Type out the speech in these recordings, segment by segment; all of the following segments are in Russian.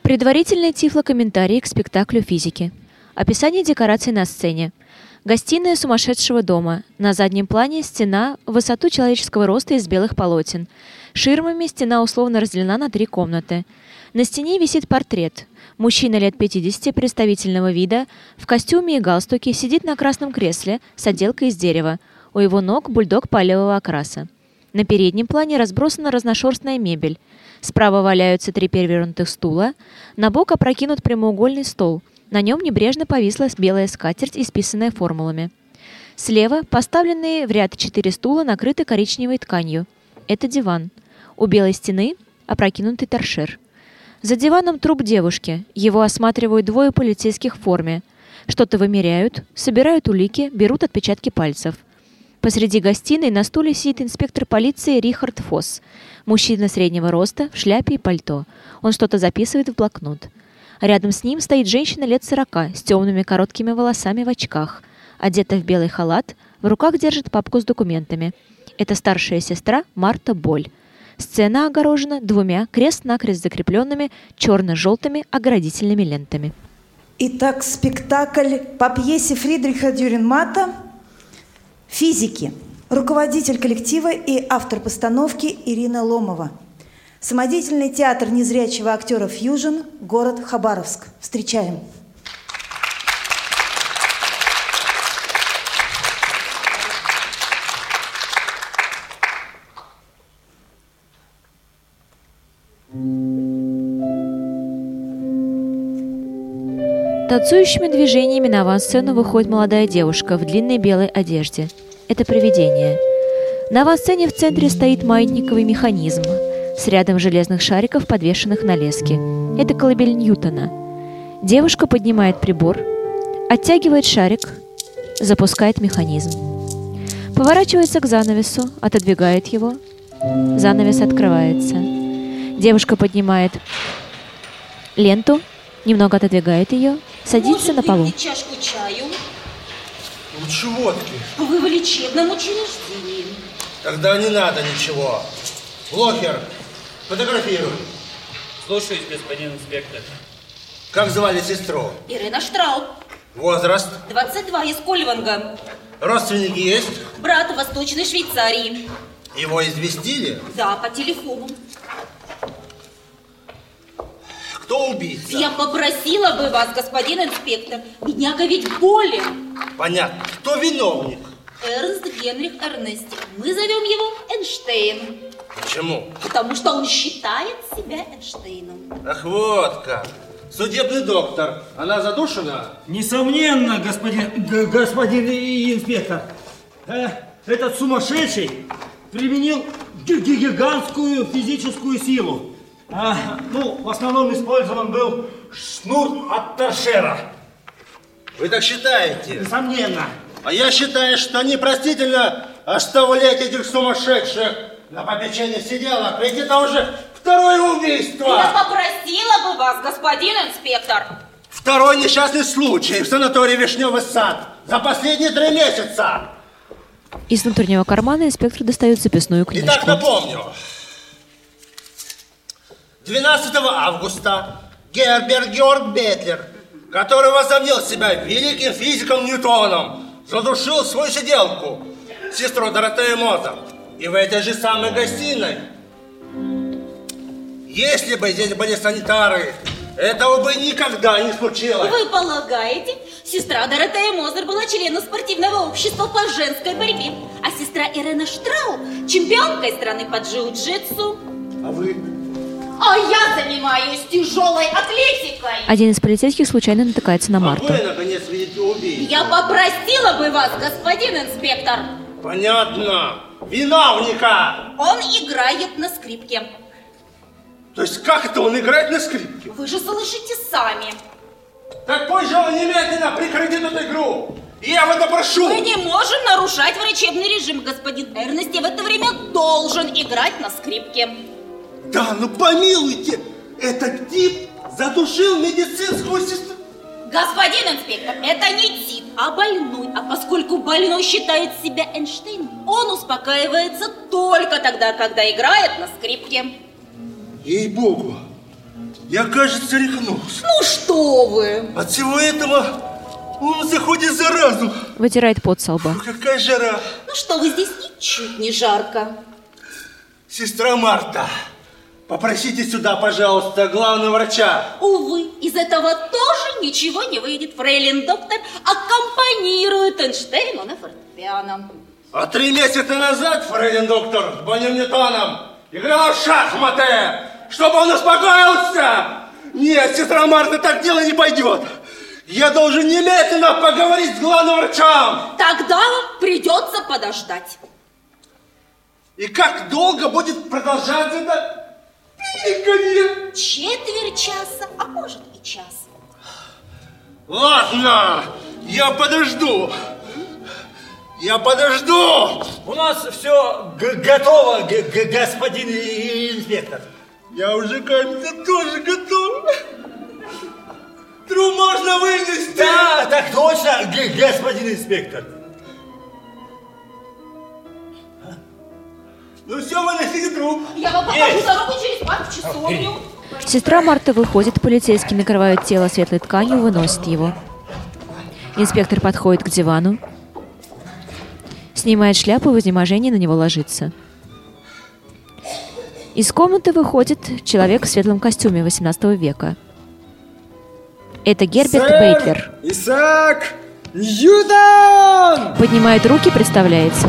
Предварительный тифлокомментарий к спектаклю физики. Описание декораций на сцене. Гостиная сумасшедшего дома. На заднем плане стена в высоту человеческого роста из белых полотен. Ширмами стена условно разделена на 3 комнаты. На стене висит портрет. Мужчина лет 50, представительного вида, в костюме и галстуке, сидит на красном кресле с отделкой из дерева. У его ног бульдог палевого окраса. На переднем плане разбросана разношерстная мебель. Справа валяются 3 перевернутых стула. На бок опрокинут прямоугольный стол. На нем небрежно повисла белая скатерть, исписанная формулами. Слева поставленные в ряд 4 стула накрыты коричневой тканью. Это диван. У белой стены опрокинутый торшер. За диваном труп девушки. Его осматривают 2 полицейских в форме. Что-то вымеряют, собирают улики, берут отпечатки пальцев. Посреди гостиной на стуле сидит инспектор полиции Рихард Фосс. Мужчина среднего роста, в шляпе и пальто. Он что-то записывает в блокнот. Рядом с ним стоит женщина лет 40, с темными короткими волосами в очках. Одета в белый халат, в руках держит папку с документами. Это старшая сестра Марта Боль. Сцена огорожена 2 крест-накрест закрепленными черно-желтыми оградительными лентами. Итак, спектакль по пьесе Фридриха Дюрренмата «Физики». Руководитель коллектива и автор постановки Ирина Ломова. Самодеятельный театр незрячего актера «Фьюжн», город Хабаровск. Встречаем. Танцующими движениями на авансцену выходит молодая девушка в длинной белой одежде. Это привидение. На авансцене в центре стоит маятниковый механизм с рядом железных шариков, подвешенных на леске. Это колыбель Ньютона. Девушка поднимает прибор, оттягивает шарик, запускает механизм. Поворачивается к занавесу, отодвигает его. Занавес открывается. Девушка поднимает ленту, немного отодвигает ее, садится на полу. Может, выпить чашку чаю? Лучше водки. Вы в лечебном учреждении. Тогда не надо ничего. Блохер, фотографируй. Слушаюсь, господин инспектор. Как звали сестру? Ирина Штрауб. Возраст? 22, из Кольванга. Родственники есть? Брат в Восточной Швейцарии. Его известили? Да, по телефону. Кто убийца? Я попросила бы вас, господин инспектор. Бедняга ведь болен. Понятно. Кто виновник? Эрнст Генрих Эрнести. Мы зовем его Эйнштейн. Почему? Потому что он считает себя Эйнштейном. Ах, вот как. Судебный доктор. Она задушена? Несомненно, господин инспектор. Этот сумасшедший применил гигантскую физическую силу. В основном использован был шнур от торшера. Вы так считаете? Несомненно. А я считаю, что непростительно оставлять этих сумасшедших на попечении сиделок. Ведь это уже 2-е убийство. Я попросила бы вас, господин инспектор. 2-й несчастный случай в санатории «Вишневый сад» за последние 3 месяца. Из внутреннего кармана инспектор достает записную книжку. Итак, напомню. 12 августа Герберт Георг Бетлер, который возомнил себя великим физиком Ньютоном, задушил свою сиделку, сестру Доротею Мозер. И в этой же самой гостиной. Если бы здесь были санитары, этого бы никогда не случилось. Вы полагаете, сестра Доротея Мозер была членом спортивного общества по женской борьбе, а сестра Ирина Штрауб чемпионкой страны по джиу-джитсу? А вы? А я занимаюсь тяжелой атлетикой. Один из полицейских случайно натыкается на Марту. А вы, наконец, видите убийцу. Я попросила бы вас, господин инспектор. Понятно. Виновника. Он играет на скрипке. То есть как это он играет на скрипке? Вы же слышите сами. Так позже он немедленно прекратит эту игру. Я его допрошу. Мы не можем нарушать врачебный режим. Господин Эрнести в это время должен играть на скрипке. Да, ну помилуйте, этот тип задушил медицинскую сестру. Господин инспектор, это не тип, а больной. А поскольку больной считает себя Эйнштейном, он успокаивается только тогда, когда играет на скрипке. Ей-богу, Я, кажется, рехнулся. Ну что вы? От всего этого он заходит заразу. Вытирает пот со лба. Какая жара. Ну что вы, здесь ничуть не жарко. Сестра Марта, попросите сюда, пожалуйста, главного врача. Увы, из этого тоже ничего не выйдет. Фрейлин доктор аккомпанирует Эйнштейну на фортепиано. А 3 месяца назад фрейлин доктор с Бонемнетоном играла в шахматы, чтобы он успокоился. Нет, сестра Марта, так дело не пойдет. Я должен немедленно поговорить с главным врачом. Тогда придется подождать. И как долго будет продолжаться это пиликанье? Четверть часа, а может и час. Ладно, я подожду. Я подожду. У нас все готово, господин инспектор. Я уже, кажется, тоже готов. Труп можно вынести. Да, так точно, господин инспектор. Ну все, выносите труп. Я вам покажу дорогу через парк в часовню. Сестра Марта выходит, полицейские накрывают тело светлой тканью, выносят его. Инспектор подходит к дивану, снимает шляпу и в изнеможении на него ложится. Из комнаты выходит человек в светлом костюме XVIII века. Это Герберт Бейтлер. Исаак Ньютон! Поднимает руки, представляется.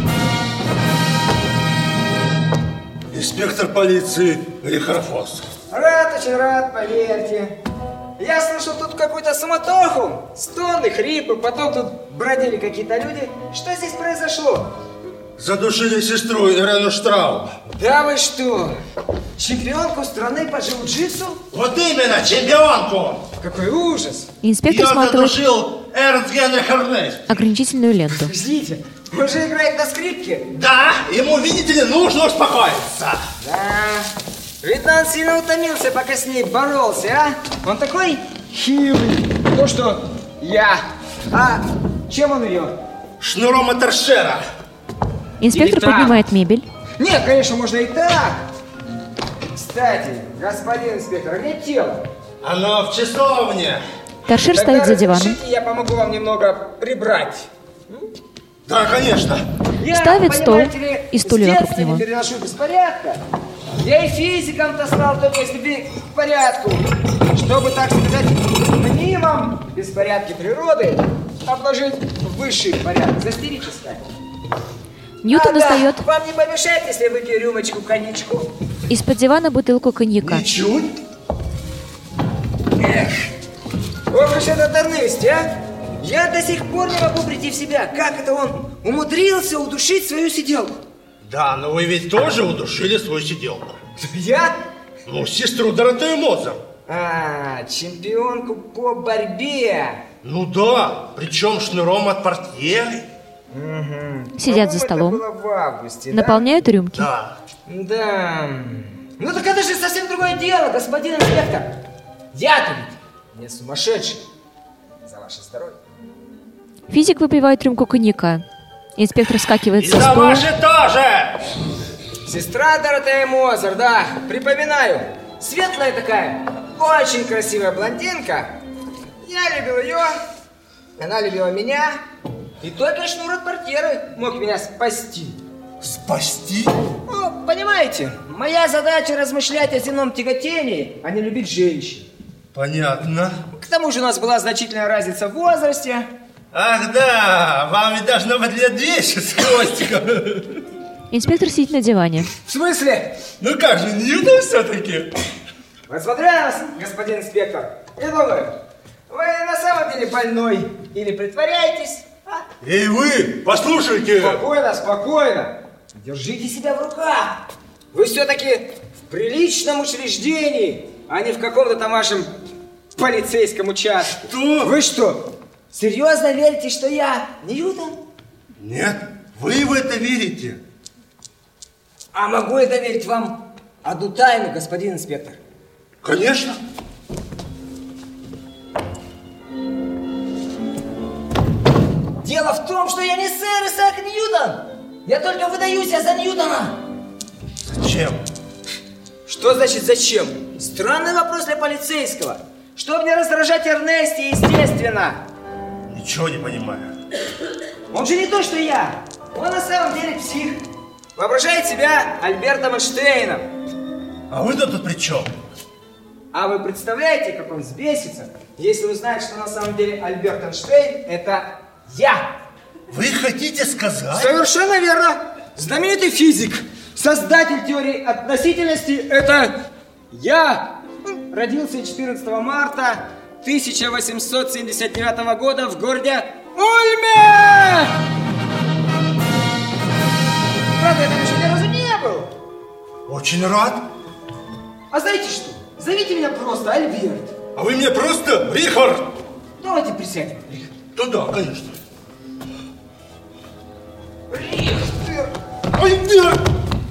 Инспектор полиции Рихард Фосс. Рад, очень рад, поверьте. Я слышал тут какую-то суматоху. Стоны, хрипы, потом тут бродили какие-то люди. Что здесь произошло? Задушили сестру Ирену Штрауб. Да вы что? Чемпионку страны по джиу-джитсу? Вот именно, чемпионку. Какой ужас! Инспектор Ее сматывает задушил Эрнст Генрих Эрнест. ограничительную ленту. Подождите, он же играет на скрипке. Да, ему, видите ли, нужно успокоиться. Да, видно, он сильно утомился, пока с ней боролся, а? Он такой хилый. То, что я. А чем он ее? Шнуром от торшера. Инспектор Или так. поднимает мебель. Нет, конечно, можно и так. Кстати, господин инспектор, где тело? Оно в часовне. Торшер Тогда стоит за диваном. разрешите, я помогу вам немного прибрать. Да, конечно. Я, Ставит стол понимаете ли, и стулья с вокруг детства него. не переношу беспорядка. Я и физиком-то стал только из любви к порядку. Чтобы, так сказать, мнимом беспорядке природы обложить высший порядок, застеречь искать. Ньютон достает Да, вам не помешает, если выпью рюмочку коньячку? из-под дивана бутылку коньяка. Ничуть. Ох уж эта торнысть, а! Я до сих пор не могу прийти в себя. Как это он умудрился удушить свою сиделку? Да, но вы ведь тоже удушили свою сиделку. Я? Ну, сестру Доротею Мозер. А, чемпионку по борьбе. Ну да, причем шнуром от портьеры. Сидят за По-моему, столом, это было в августе, наполняют рюмки. Да. Да. Ну так это же совсем другое дело, господин инспектор. Я-то ведь не сумасшедший. За ваше здоровье. Физик выпивает рюмку коньяка. Инспектор вскакивает И со за стула. ваши тоже! Сестра Доротея Мозер, да, припоминаю. Светлая такая, очень красивая блондинка. Я любил ее, она любила меня. И только шнур от портьеры мог меня спасти. Спасти? Ну, понимаете, моя задача размышлять о земном тяготении, а не любить женщин. Понятно. К тому же у нас была значительная разница в возрасте. Ах да, вам ведь должно быть лет 200 с хвостиком. Инспектор сидит на диване. В смысле? Ну как же, Ньютон все-таки? Вот смотрю на вас, господин инспектор, и думаю, вы на самом деле больной или притворяетесь? А? Эй вы, послушайте. Спокойно, спокойно. Держите себя в руках. Вы все-таки в приличном учреждении, а не в каком-то там вашем полицейском участке. Что? Вы что, серьезно верите, что я Ньютон? Нет, вы в это верите. А могу я доверить вам одну тайну, господин инспектор? Конечно. Дело в том, что я не сэр Исаак Ньютон. Я только выдаю себя за Ньютона. Зачем? Что значит зачем? Странный вопрос для полицейского. Чтобы не раздражать Эрнести, естественно. Ничего не понимаю. Он же не то, что я. Он на самом деле псих. Воображает себя Альбертом Эйнштейном. А вы-то тут при чем? А вы представляете, как он взбесится, если узнает, что на самом деле Альберт Эйнштейн – это я? Вы хотите сказать? Совершенно верно. Знаменитый физик, создатель теории относительности – это я. Родился 14 марта 1879 года в городе Ульме! Правда, я там еще ни разу не был. Очень рад. А знаете что? Зовите меня просто Альберт. А вы мне просто Рихард. Давайте присядем, Рихард. Да, конечно. Рихтер! Альберт!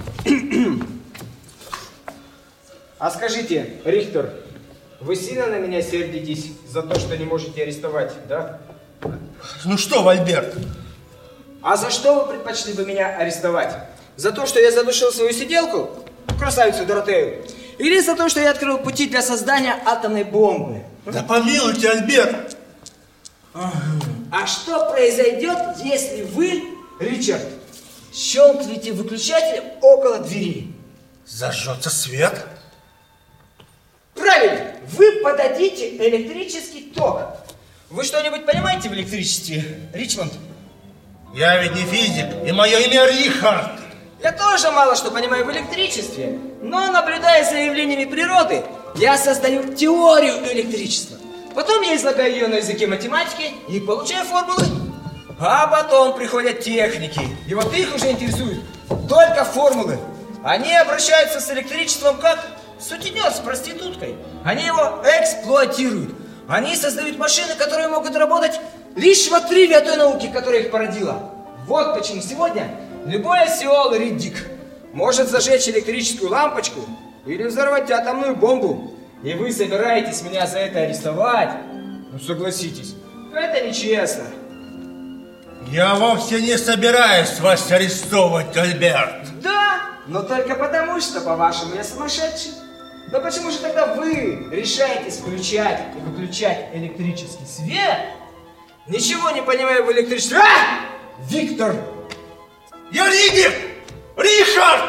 А скажите, Рихтер, вы сильно на меня сердитесь за то, что не можете арестовать, да? Ну что вы, Альберт? А за что вы предпочли бы меня арестовать? За то, что я задушил свою сиделку, красавицу Доротею? Или за то, что я открыл пути для создания атомной бомбы? Да помилуйте, Альберт! А что произойдет, если вы, Ричард, щелкните выключателем около двери? Зажжется свет? Правильно! Вы подадите электрический ток. Вы что-нибудь понимаете в электричестве, Ричмонд? Я ведь не физик, и мое имя Рихард. Я тоже мало что понимаю в электричестве, но, наблюдая за явлениями природы, я создаю теорию электричества. Потом я излагаю ее на языке математики и получаю формулы. А потом приходят техники, и вот их уже интересуют только формулы. Они обращаются с электричеством как сутенер с проституткой. Они его эксплуатируют. Они создают машины, которые могут работать лишь в отрыве от той науки, которая их породила. Вот почему сегодня любой осел, Риддик, может зажечь электрическую лампочку или взорвать атомную бомбу. И вы собираетесь меня за это арестовать? Ну согласитесь, это нечестно. Я вовсе не собираюсь вас арестовывать, Альберт. Да, но только потому, что, по-вашему, я сумасшедший. Но почему же тогда вы решаетесь включать и выключать электрический свет? Ничего не понимаю в электричестве. Виктор! Я Риддик! Рихард!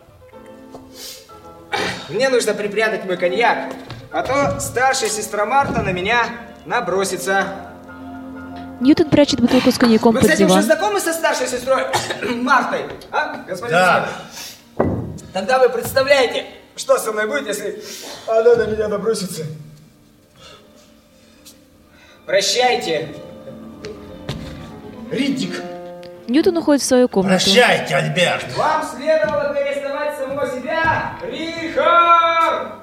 Мне нужно припрятать мой коньяк, а то старшая сестра Марта на меня набросится. Ньютон прячет бутылку с коньяком Вы, под кстати, уже диван. знакомы со старшей сестрой Мартой? А, господин Да. Смит? Тогда вы представляете, что со мной будет, если она на меня набросится? Прощайте, Риддик. Ньютон уходит в свою комнату. Прощайте, Альберт. Вам следовало бы арестовать самого себя, Рихард!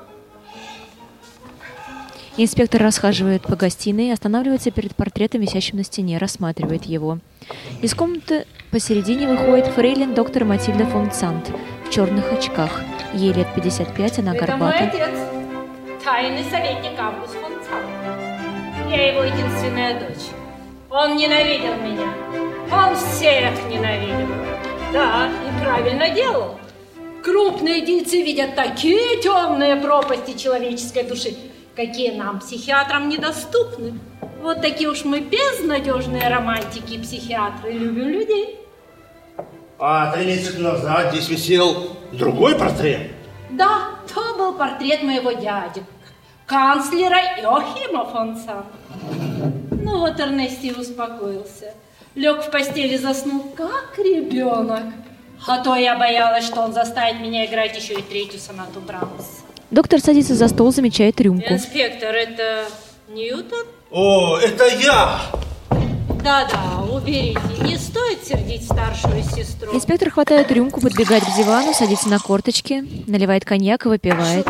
Инспектор расхаживает по гостиной и останавливается перед портретом, висящим на стене, рассматривает его. Из комнаты посередине выходит фрейлин доктор Матильда фон Цант в черных очках. Ей лет 55, она Это мой горбата. отец, тайный советник Август фон Цант. Я его единственная дочь. Он ненавидел меня. Он всех ненавидел. Да, и правильно делал. Крупные дельцы видят такие темные пропасти человеческой души, какие нам, психиатрам, недоступны. Вот такие уж мы безнадежные романтики и психиатры, любим людей. А 3 месяца назад здесь висел другой портрет. Да, то был портрет моего дяди, канцлера Иохима фон Цант. Ну вот Эрнести успокоился. Лег в постели и заснул, как ребенок. А то я боялась, что он заставит меня играть еще и 3-ю сонату Брамса. Доктор садится за стол, замечает рюмку. Инспектор, это Ньютон? О, это я! Да-да, уберите. Не стоит сердить старшую сестру. Инспектор хватает рюмку, подбегает к дивану, садится на корточки, наливает коньяк и выпивает.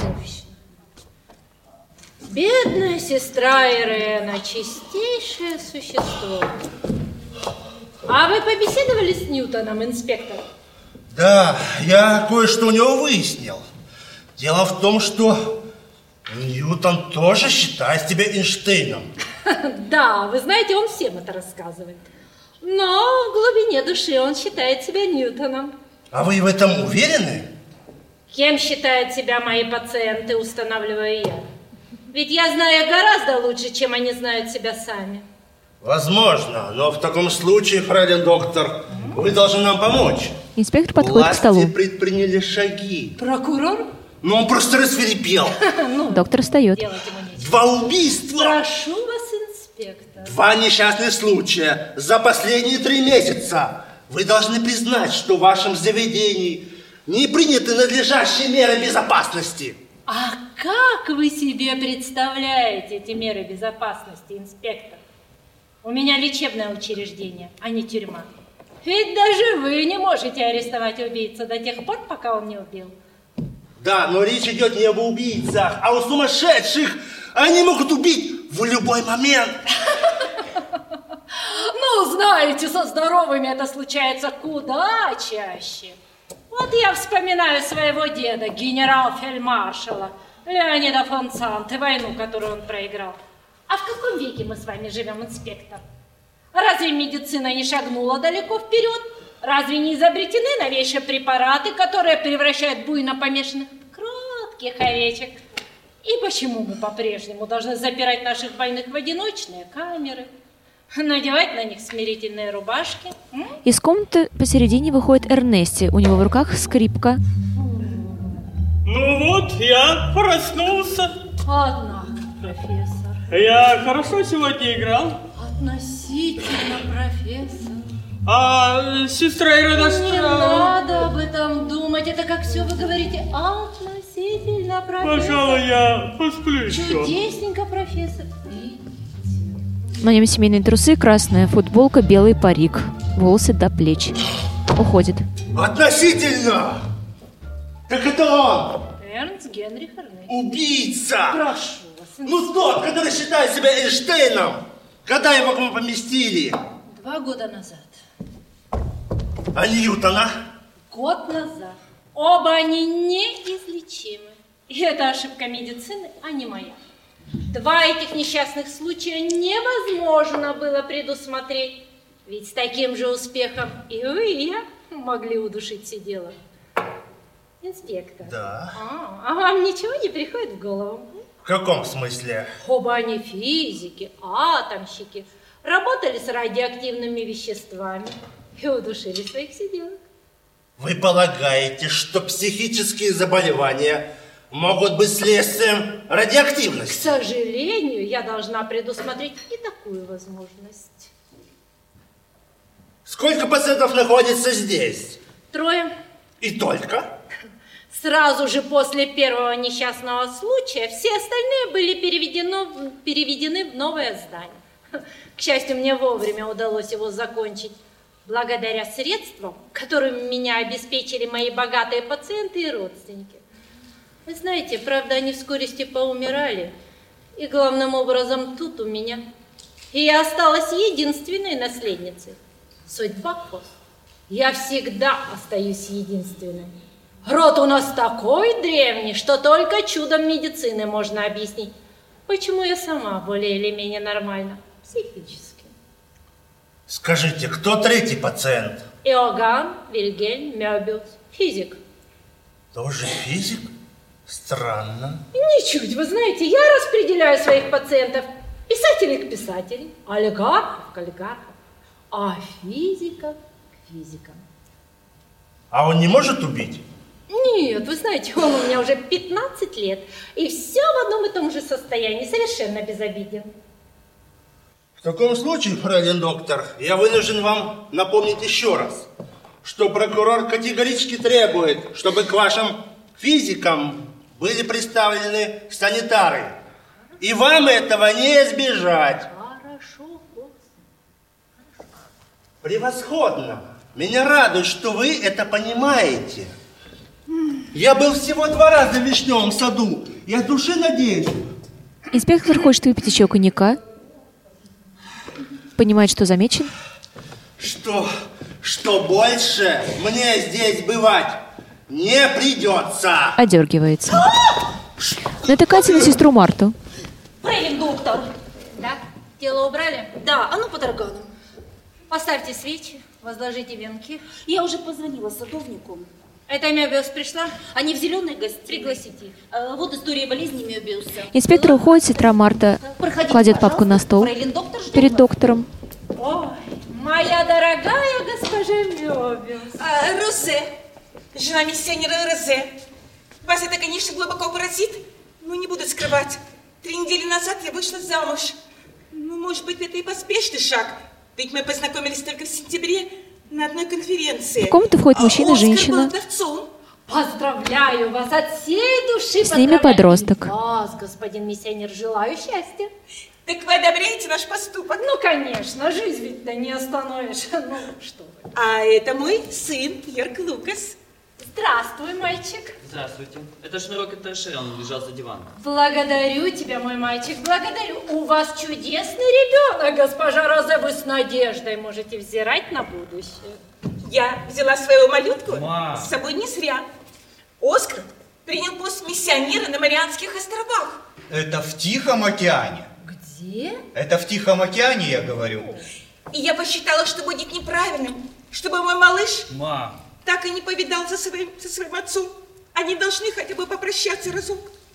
Бедная сестра Ирена, чистейшее существо. А вы побеседовали с Ньютоном, инспектор? Да, я кое-что у него выяснил. Дело в том, что Ньютон тоже считает себя Эйнштейном. Да, вы знаете, он всем это рассказывает. Но в глубине души он считает себя Ньютоном. А вы в этом уверены? Кем считают себя мои пациенты, устанавливаю я. Ведь я знаю гораздо лучше, чем они знают себя сами. Возможно, но в таком случае, фрейлин доктор, вы должны нам помочь. Инспектор подходит к столу. Власти предприняли шаги. Прокурор? Но он просто рассвирепел. Доктор встает. 2 убийства. Прошу вас, инспектор. 2 несчастных случая за последние 3 месяца. Вы должны признать, что в вашем заведении не приняты надлежащие меры безопасности. А как вы себе представляете эти меры безопасности, инспектор? У меня лечебное учреждение, а не тюрьма. Ведь даже вы не можете арестовать убийцу до тех пор, пока он не убил. Да, но речь идет не об убийцах, а о сумасшедших. Они могут убить в любой момент. Ну, знаете, со здоровыми это случается куда чаще. Вот я вспоминаю своего деда, генерал-фельдмаршала Леонида фон Цант, и войну, которую он проиграл. А в каком веке мы с вами живем, инспектор? Разве медицина не шагнула далеко вперед? Разве не изобретены новейшие препараты, которые превращают буйно помешанных в кротких овечек? И почему мы по-прежнему должны запирать наших больных в одиночные камеры, надевать на них смирительные рубашки? Из комнаты посередине выходит Эрнести. У него в руках скрипка. Ну вот, я проснулся. Однако, профессор. Я хорошо сегодня играл. Относительно, профессор. А сестра Ирина Не надо об этом думать. Это как все вы говорите. Относительно, профессор. Пожалуй, я посплю еще. Чудесненько, профессор. На нем семейные трусы, красная футболка, белый парик. Волосы до плеч. Уходит. Относительно! Так это он! Эрнст Генрих Эрнести. Убийца! Прошу вас. Ну тот, который считает себя Эйнштейном. Когда его к вам поместили? 2 года назад. А Ньютона? Год назад. Оба они неизлечимы. И это ошибка медицины, а не моя. 2 этих несчастных случая невозможно было предусмотреть. Ведь с таким же успехом и вы, и я могли удушить сиделок. Инспектор. Да. А вам ничего не приходит в голову? В каком смысле? Оба они физики, атомщики, работали с радиоактивными веществами и удушили своих сиделок. Вы полагаете, что психические заболевания могут быть следствием К радиоактивности? сожалению, я должна предусмотреть и такую возможность. Сколько пациентов находится здесь? 3. И только? Сразу же после первого несчастного случая все остальные были переведены в новое здание. К счастью, мне вовремя удалось его закончить, благодаря средствам, которыми меня обеспечили мои богатые пациенты и родственники. Вы знаете, правда, они в скорости поумирали, и главным образом тут у меня. И я осталась единственной наследницей. Судьба хвост. Я всегда остаюсь единственной. Род у нас такой древний, что только чудом медицины можно объяснить, почему я сама более или менее нормальна психически. Скажите, кто 3-й пациент? Иоганн Вильгельм Мёбиус, физик. Тоже физик? Странно. Ничуть, вы знаете, я распределяю своих пациентов писателей к писателям, олигархов к олигархам, а физиков к физикам. А он не может убить? Нет, вы знаете, он у меня уже 15 лет, и все в одном и том же состоянии, совершенно безобиден. В таком случае, фрейлин доктор, я вынужден вам напомнить еще раз, что прокурор категорически требует, чтобы к вашим физикам были представлены санитары. И вам этого не избежать. Хорошо, Превосходно. Меня радует, что вы это понимаете. Я был всего 2 раза в Вишневом саду. Я от души надеюсь. Инспектор хочет выпить еще коньяка. Понимает, что замечен. Что больше мне здесь бывать не придется. Одергивается. Натыкается на сестру Марту. Фрейлин доктор. Да? Тело убрали? Да, оно под органом. Поставьте свечи, возложите венки. Я уже позвонила садовнику. Это Мебиус пришла? Они в зеленой гостиной. Пригласите их. Вот история болезни Мебиуса. Инспектор уходит, сестра Марта Проходите, кладет папку на стол Фрейлин доктор ждет перед вас. доктором. Ой, моя дорогая госпожа Мебиус. Розе, жена миссионера Розе. Вас это, конечно, глубоко поразит, но не буду скрывать. 3 недели назад я вышла замуж. Ну, может быть, это и поспешный шаг. Ведь мы познакомились только в сентябре на одной конференции. В комнату входит мужчина и Оскар женщина. был вдовцом. Поздравляю вас от всей души. С ними поздравляю. подросток. И вас, господин миссионер, желаю счастья. Так вы одобряете наш поступок? Ну, конечно, жизнь ведь-то не остановишь. Ну, что вы. А это мой сын, Йорк Лукас. Здравствуй, мальчик. Здравствуйте. Это шнурок от торшера, он лежал за диваном. Благодарю тебя, мой мальчик, благодарю. У вас чудесный ребенок, госпожа Розе. Вы с надеждой можете взирать на будущее. Я взяла своего малютку Мам. с собой не зря. Оскар принял пост миссионера на Марианских островах. Это в Тихом океане. Где? Это в Тихом океане, я говорю. И я посчитала, что будет неправильным, чтобы мой малыш Мам. так и не повидался со своим отцом. Они должны хотя бы попрощаться разок.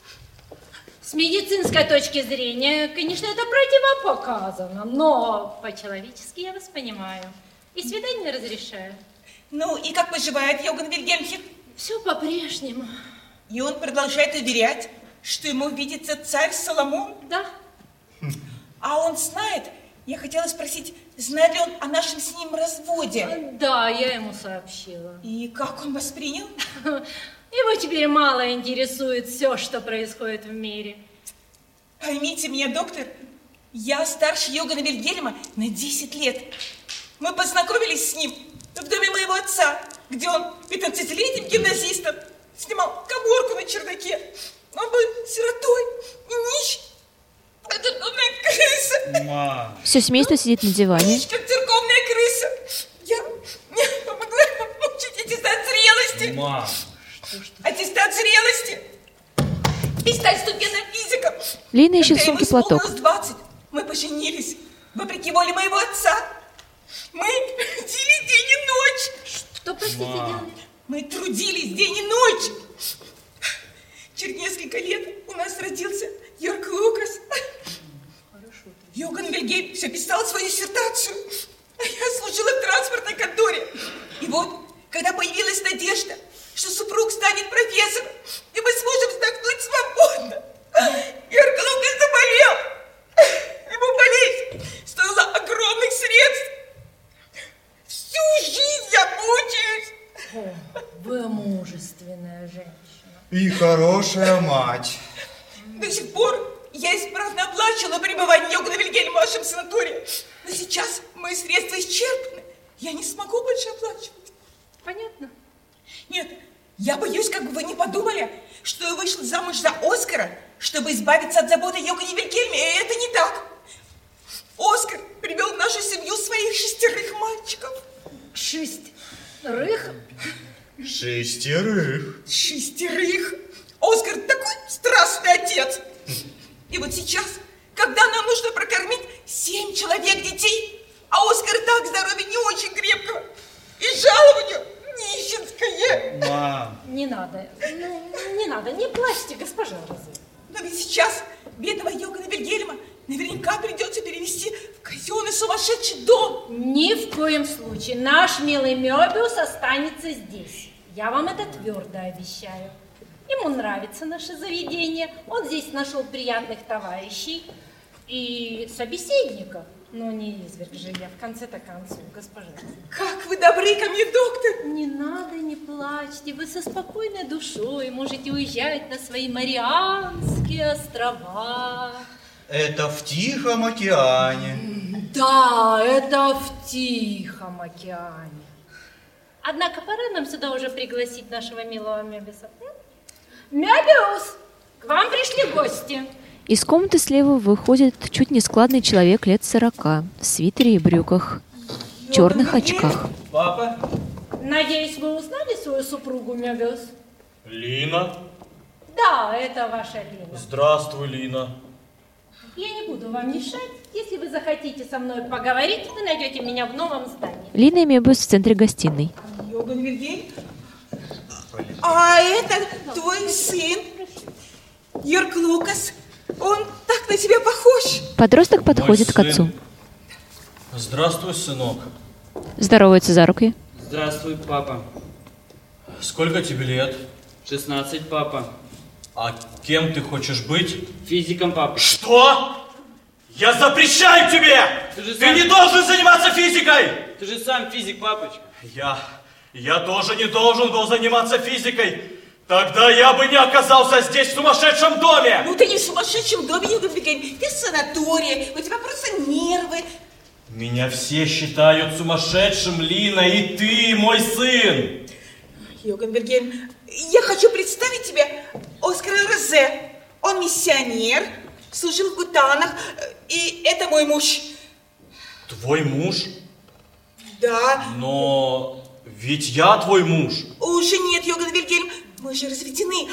С медицинской точки зрения, конечно, это противопоказано, но по-человечески я вас понимаю. И свидание разрешаю. Ну, и как поживает Йоган Вильгельмхен? Все по-прежнему. И он продолжает уверять, что ему видится царь Соломон? Да. А он знает, я хотела спросить, знает ли он о нашем с ним разводе? Да, я ему сообщила. И как он воспринял? Его теперь мало интересует все, что происходит в мире. Поймите меня, доктор, я старше Йогана Вильгельма на 10 лет. Мы познакомились с ним в доме моего отца, где он 15-летним гимназистом снимал каморку на чердаке. Он был сиротой и нищий. Это церковная крыса. Мам. Все семейство сидит на диване. Нищий, как церковная крыса. Я помогла ему получить аттестат зрелости. Мам. Аттестат зрелости. И стать студентом-физиком. Лина ищет в Когда ему сумке платок. исполнилось 20, мы поженились. Вопреки воле моего отца. Мы трудились день и ночь. Что, простите, делали? Мы трудились день и ночь. Через несколько лет у нас родился Йорк Лукас. Йоган Вильгельм все писал свою диссертацию. А я служила в транспортной конторе. И вот, когда появилась надежда, что супруг станет профессором, и мы сможем вздохнуть свободно, Йорк Лукас заболел. Его болезнь стоила огромных средств. Всю жизнь я мучаюсь. О, вы мужественная женщина. И хорошая мать. До сих пор я исправно оплачивала пребывание Йогана Вильгельма в вашем санатории. Но сейчас мои средства исчерпаны. Я не смогу больше оплачивать. Понятно. Нет, я боюсь, как бы вы не подумали, что я вышла замуж за Оскара, чтобы избавиться от заботы о Йогане Вильгельме. И это не так. Оскар привел в нашу семью своих 6 мальчиков. 6. 6. 6. Оскар такой страстный отец. И вот сейчас, когда нам нужно прокормить 7 человек детей, а Оскар так здоровье не очень крепкого, и жалование нищенское. Мам. Не надо, не надо, не плачьте, госпожа Розе. Но ведь сейчас бедного Йогана Вильгельма наверняка придется перевести в казенный сумасшедший дом. Ни в коем случае. Наш милый Мебиус останется здесь. Я вам это твердо обещаю. Ему нравится наше заведение. Он здесь нашел приятных товарищей и собеседников. Но не изверг же я, в конце-то концов, госпожа. Как вы добры ко мне, доктор. Не надо, не плачьте. Вы со спокойной душой можете уезжать на свои Марианские острова. Это в Тихом океане. Да, это в Тихом океане. Однако пора нам сюда уже пригласить нашего милого Мебиуса. Мебиус, к вам пришли гости. Из комнаты слева выходит чуть нескладный человек лет 40 в свитере и брюках, черных очках. Папа? Надеюсь, вы узнали свою супругу, Мебиус? Лина? Да, это ваша Лина. Здравствуй, Лина. Я не буду вам мешать. Если вы захотите со мной поговорить, вы найдете меня в новом здании. Лина и Мебиус в центре гостиной. Йоган Вильгельм? уехали. А это твой сын, Йорк Лукас. Он так на тебя похож. Подросток подходит к отцу. Здравствуй, сынок. Здоровается за руки. Здравствуй, папа. Сколько тебе лет? 16, папа. А кем ты хочешь быть? Физиком, папа. Что? Я запрещаю тебе! Ты не должен заниматься физикой! Ты же сам физик, папочка. Я тоже не должен был заниматься физикой. Тогда я бы не оказался здесь, в сумасшедшем доме! Ну ты не в сумасшедшем доме, Йоган Вильгельм. Ты в санатории, у тебя просто нервы. Меня все считают сумасшедшим, Лина, и ты, мой сын! Йоган Вильгельм, я хочу представить тебе Оскара Розе. Он миссионер, служил в Гутанах, и это мой муж. Твой муж? Да. Но ведь я твой муж. Уже нет, Йоган Вильгельм, мы же разведены.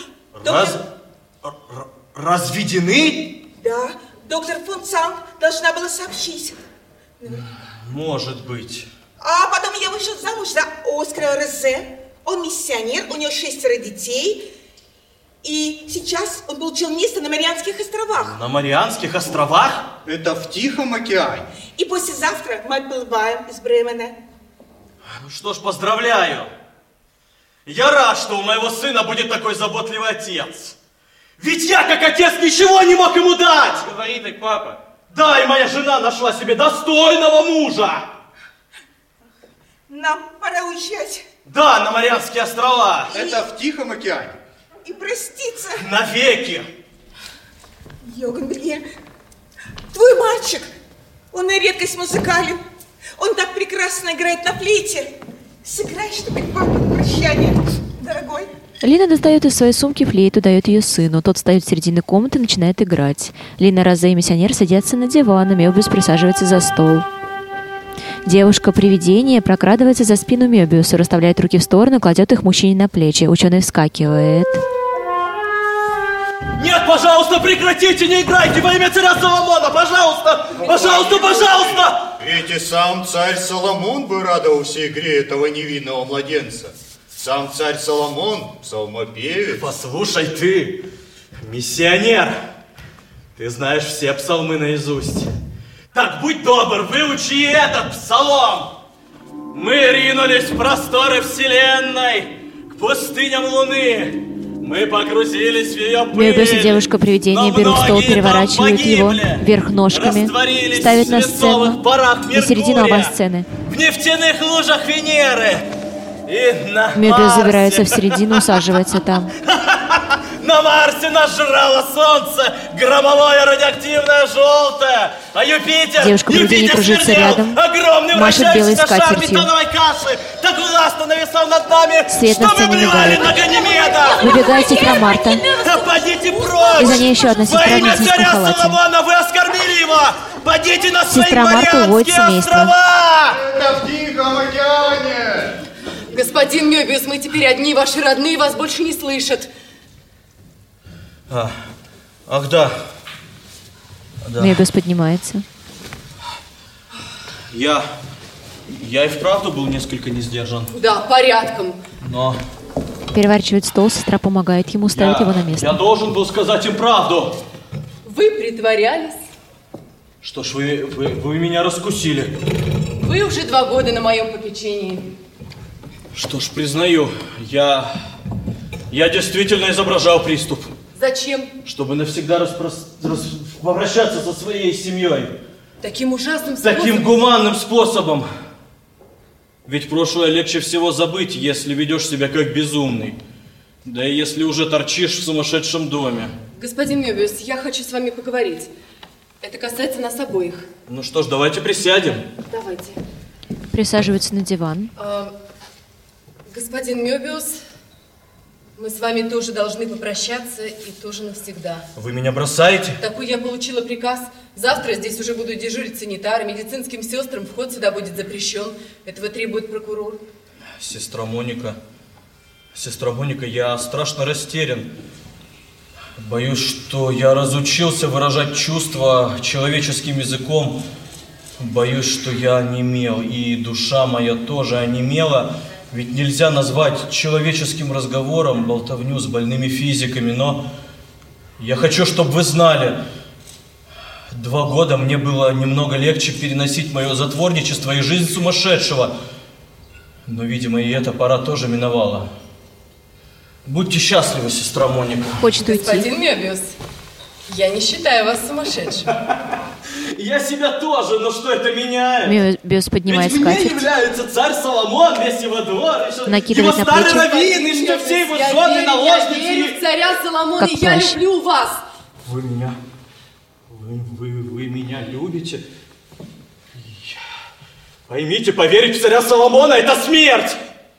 Разведены? Да, доктор фон Цанг должна была сообщить. Может быть. А потом я вышел замуж за Оскара Розе. Он миссионер, у него 6 детей. И сейчас он получил место на Марианских островах. На Марианских островах? Это в Тихом океане. И послезавтра мы отплываем из Бремена. Ну что ж, поздравляю. Я рад, что у моего сына будет такой заботливый отец. Ведь я, как отец, ничего не мог ему дать. Говори так, папа. Да, и моя жена нашла себе достойного мужа. Нам пора уезжать. Да, на Марианские острова. Это в Тихом океане. И проститься. Навеки. Йоган Вильгельм, твой мальчик, он на редкость музыкален. Он так прекрасно играет на флейте. Сыграй что-нибудь, папа, на прощание, дорогой. Лина достает из своей сумки флейту, дает ее сыну. Тот встает в середину комнаты и начинает играть. Лина, Розе и миссионер садятся на диван, и Мёбиус присаживается за стол. Девушка-привидение прокрадывается за спину Мёбиуса, расставляет руки в сторону, кладет их мужчине на плечи. Ученый вскакивает. Нет, пожалуйста, прекратите, не играйте во имя царя Соломона, пожалуйста, пожалуйста, пожалуйста! Ведь и сам царь Соломон бы радовался игре этого невинного младенца. Сам царь Соломон, псалмопевец. Послушай ты, миссионер, ты знаешь все псалмы наизусть. Так будь добр, выучи этот псалом. Мы ринулись в просторы вселенной, к пустыням луны. Мы погрузились в ее пыль. Мёбиус и девушка-привидение берут стол, переворачивают его вверх ножками, ставят на сцену, на середину авансцены. В нефтяных лужах Венеры. И на Мёбиус забирается в середину, усаживается там. На Марсе нас жрало солнце, громовое радиоактивное желтое, а Девушка-привидение кружится рядом, машет белой скатертью. Так властно нависал над нами, Свет на сцене мигает. Ганимеда. Выбегает сестра Марта. Подите прочь! И за ней еще одна сестра в медицинском халате. Соломона, вы оскорбили его! Подите на свои Сестра Марта уводит Марианские семейство. острова! Это в Тихом океане! Господин Мёбиус, мы теперь одни, ваши родные вас больше не слышат. Ах, да. Мёбиус поднимается. Я и вправду был несколько не сдержан. Да, порядком. Но Переворачивает стол, сестра помогает ему, ставит его на место. я должен был сказать им правду. Вы притворялись. Что ж, вы меня раскусили. Вы уже 2 года на моем попечении. Что ж, признаю, я действительно изображал приступ. Зачем? Чтобы навсегда попрощаться со своей семьей. Таким ужасным способом? Таким гуманным способом. Ведь прошлое легче всего забыть, если ведешь себя как безумный. Да и если уже торчишь в сумасшедшем доме. Господин Мёбиус, я хочу с вами поговорить. Это касается нас обоих. Ну что ж, давайте присядем. Давайте. Присаживается на диван. Господин Мёбиус, мы с вами тоже должны попрощаться и тоже навсегда. Вы меня бросаете? Такой я получила приказ. Завтра здесь уже будут дежурить санитары, медицинским сестрам вход сюда будет запрещен. Этого требует прокурор. Сестра Моника, я страшно растерян. Боюсь, что я разучился выражать чувства человеческим языком. Боюсь, что я онемел, и душа моя тоже онемела. Ведь нельзя назвать человеческим разговором болтовню с больными физиками, но я хочу, чтобы вы знали, 2 года мне было немного легче переносить мое затворничество и жизнь сумасшедшего. Но, видимо, и эта пора тоже миновала. Будьте счастливы, сестра Моника. Хочет уйти. Господин Мебиус, я не считаю вас сумасшедшим. Я себя тоже, но что это меняет? Мебиус поднимает Ведь мне скатерть. являются царь Соломон, весь его двор, Накидывает его на старый плечи. раввин, и что все его жены, наложницы. Я верю в царя Соломона, Как и я плащ. люблю вас. Вы меня... Вы меня любите? Поймите, поверить в царя Соломона – это смерть!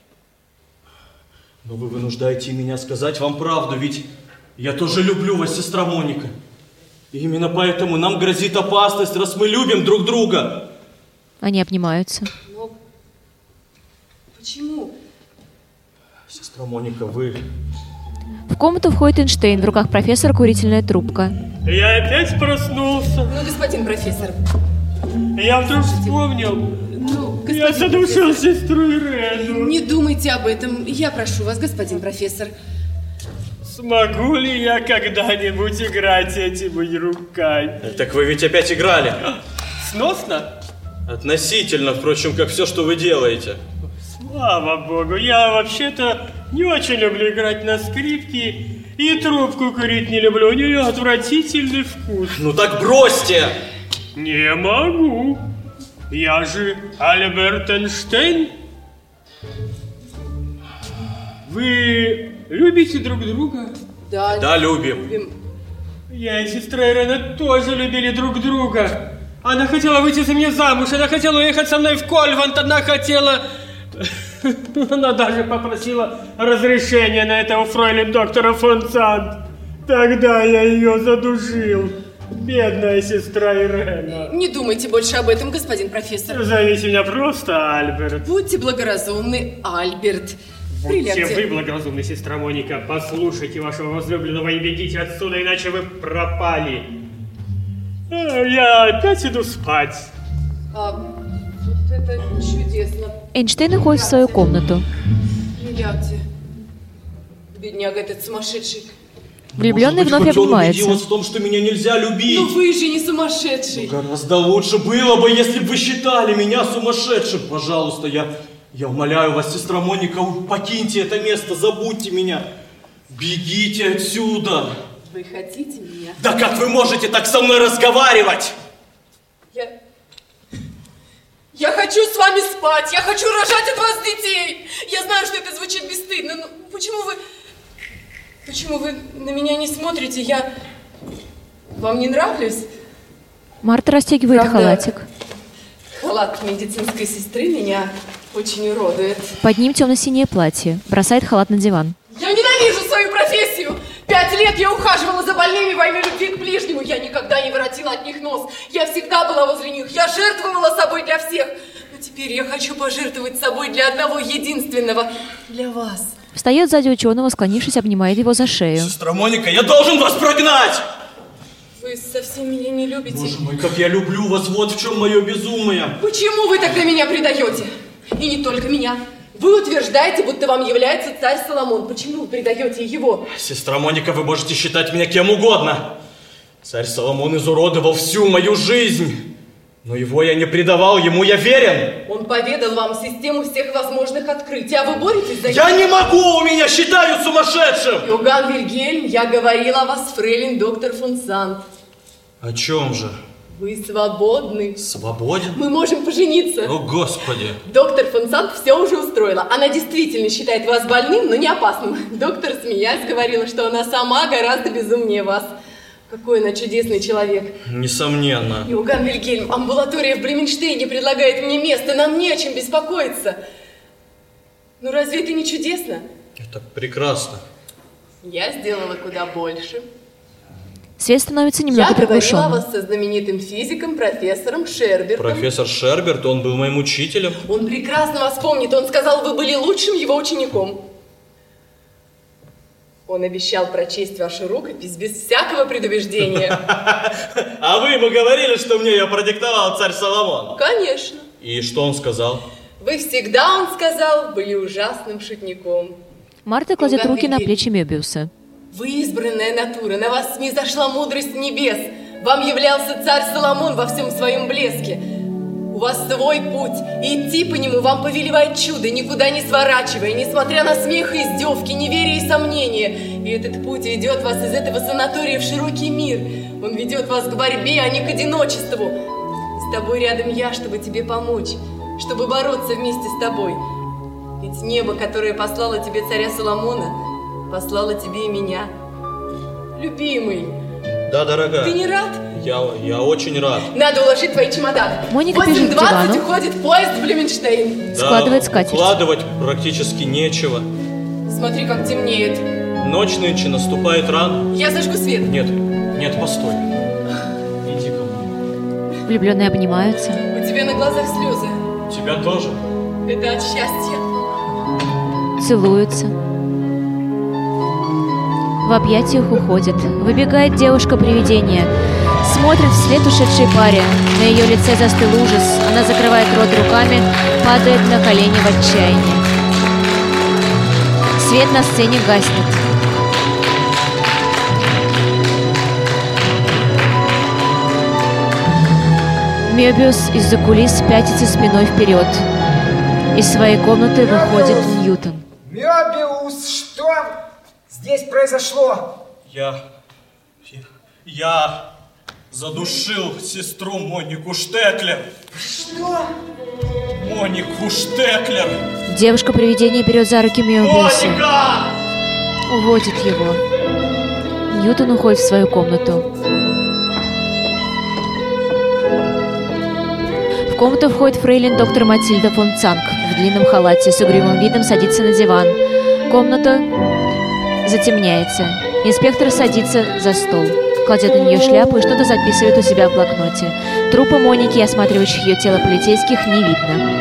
Но вы вынуждаете меня сказать вам правду, ведь я тоже люблю вас, сестра Моника. И именно поэтому нам грозит опасность, раз мы любим друг друга. Они обнимаются. Но почему? Сестра Моника, вы... В комнату входит Эйнштейн, в руках профессора курительная трубка. Я опять проснулся. Ну, господин профессор. Я вдруг вспомнил. Ну, я задушил сестру Ирену. Не думайте об этом. Я прошу вас, господин профессор. Смогу ли я когда-нибудь играть этими руками? Так вы ведь опять играли. Сносно? Относительно, впрочем, как все, что вы делаете. Слава богу, я вообще-то не очень люблю играть на скрипке и трубку курить не люблю, у нее отвратительный вкус. Ну так бросьте! Не могу. Я же Альберт Эйнштейн. Вы любите друг друга? Да. Да, любим. Я и сестра Ирена тоже любили друг друга. Она хотела выйти за меня замуж, она хотела уехать со мной в Кольвант, она хотела... Она даже попросила разрешения на это у фройлен доктора фон Цант. Тогда я ее задушил. Бедная сестра Ирена. Не думайте больше об этом, господин профессор. Зовите меня просто Альберт. Будьте благоразумны, Альберт. Будьте вы благоразумны, сестра Моника. Послушайте вашего возлюбленного и бегите отсюда, иначе вы пропали. Я опять иду спать. Вот это чудесно. Эйнштейн уходит в свою комнату. Не ляпьте. Бедняга этот сумасшедший. Влюбленные вновь Может быть, он обнимаются. убедил вас в том, что меня нельзя любить. Но вы же не сумасшедший. Гораздо лучше было бы, если бы вы считали меня сумасшедшим. Пожалуйста, я умоляю вас, сестра Моника, покиньте это место, забудьте меня. Бегите отсюда. Вы хотите меня? Да как вы можете так со мной разговаривать? Я хочу с вами спать, я хочу рожать от вас детей. Я знаю, что это звучит бесстыдно, но почему вы на меня не смотрите? Я вам не нравлюсь? Марта расстегивает Правда, халатик. Халат медицинской сестры меня очень уродует. Под ним темно-синее платье. Бросает халат на диван. Я ненавижу свою профессию! 5 лет я ухаживала за больными во имя любви к ближнему. Я никогда не воротила от них нос. Я всегда была возле них. Я жертвовала собой для всех. Но теперь я хочу пожертвовать собой для одного единственного. Для вас. Встает сзади ученого, склонившись, обнимает его за шею. Сестра Моника, я должен вас прогнать! Вы совсем меня не любите. Боже мой, как я люблю вас, вот в чем мое безумие. Почему вы тогда меня предаете? И не только меня. Вы утверждаете, будто вам является царь Соломон. Почему вы предаете его? Сестра Моника, вы можете считать меня кем угодно. Царь Соломон изуродовал всю мою жизнь. Но его я не предавал, ему я верен. Он поведал вам систему всех возможных открытий, а вы боретесь за... Я не могу, меня считают сумасшедшим! Иоганн Вильгельм, я говорила о вас, фрейлин доктор фон Цант. О чем же? Вы свободны. Свободен? Мы можем пожениться. О, Господи! Доктор фон Цант все уже устроила. Она действительно считает вас больным, но не опасным. Доктор, смеясь, говорила, что она сама гораздо безумнее вас. Какой она чудесный человек. Несомненно. Иоганн Вильгельм, амбулатория в Бременштейне предлагает мне место. Нам не о чем беспокоиться. Ну разве это не чудесно? Это прекрасно. Я сделала куда больше. Свет становится немного Я говорила приглушенным. вас со знаменитым физиком, профессором Шербертом. Профессор Шерберт, он был моим учителем. Он прекрасно вас помнит. Он сказал, вы были лучшим его учеником. Он обещал прочесть вашу рукопись без всякого предубеждения. А вы ему говорили, что мне ее продиктовал царь Соломон? Конечно. И что он сказал? Вы всегда, он сказал, были ужасным шутником. Марта кладет руки на плечи Мёбиуса. Вы избранная натура, на вас снизошла мудрость небес. Вам являлся царь Соломон во всем своем блеске. У вас свой путь, и идти по нему вам повелевает чудо, никуда не сворачивая, несмотря на смех и издевки, неверие и сомнения. И этот путь ведет вас из этого санатория в широкий мир. Он ведет вас к борьбе, а не к одиночеству. С тобой рядом я, чтобы тебе помочь, чтобы бороться вместе с тобой. Ведь небо, которое послало тебе царя Соломона, послало тебе и меня. Любимый. Да, дорогая. Ты не рад? Я очень рад. Надо уложить твои чемоданы. Моника бежит к 8:20 дивану. уходит поезд в Блюменштейн. Да, Складывает скатерть. Складывать практически нечего. Смотри, как темнеет. Ночь нынче наступает рано. Я зажгу свет. Нет, постой. Иди ко мне. Влюбленные обнимаются. У тебя на глазах слезы. Тебя тоже. Это от счастья. Целуются. В объятиях уходит. Выбегает девушка-привидение. Смотрит вслед ушедшей паре. На ее лице застыл ужас. Она закрывает рот руками, падает на колени в отчаянии. Свет на сцене гаснет. Мёбиус из-за кулис пятится спиной вперед. Из своей комнаты выходит Ньютон. Мёбиус, что здесь произошло? Я задушил сестру Монику Штеклер. Что? Монику Штеклер. Девушка-привидение берет за руки Мёбиуса. Моника! Уводит его. Ньютон уходит в свою комнату. В комнату входит фрейлин доктор Матильда фон Цанк в длинном халате, с угрюмым видом садится на диван. Комната затемняется. Инспектор садится за стол, кладет на нее шляпу и что-то записывает у себя в блокноте. Трупа Моники и осматривающих ее тело полицейских не видно.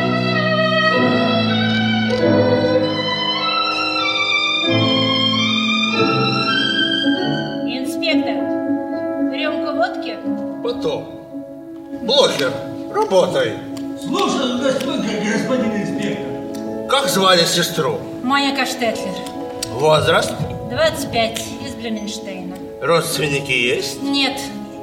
Инспектор, рюмку водки? Потом. Блохер, работай. Слушай, господин инспектор. Как звали сестру? Моника Штетлер. Возраст? 25, из Блюменштейна. Родственники есть? Нет.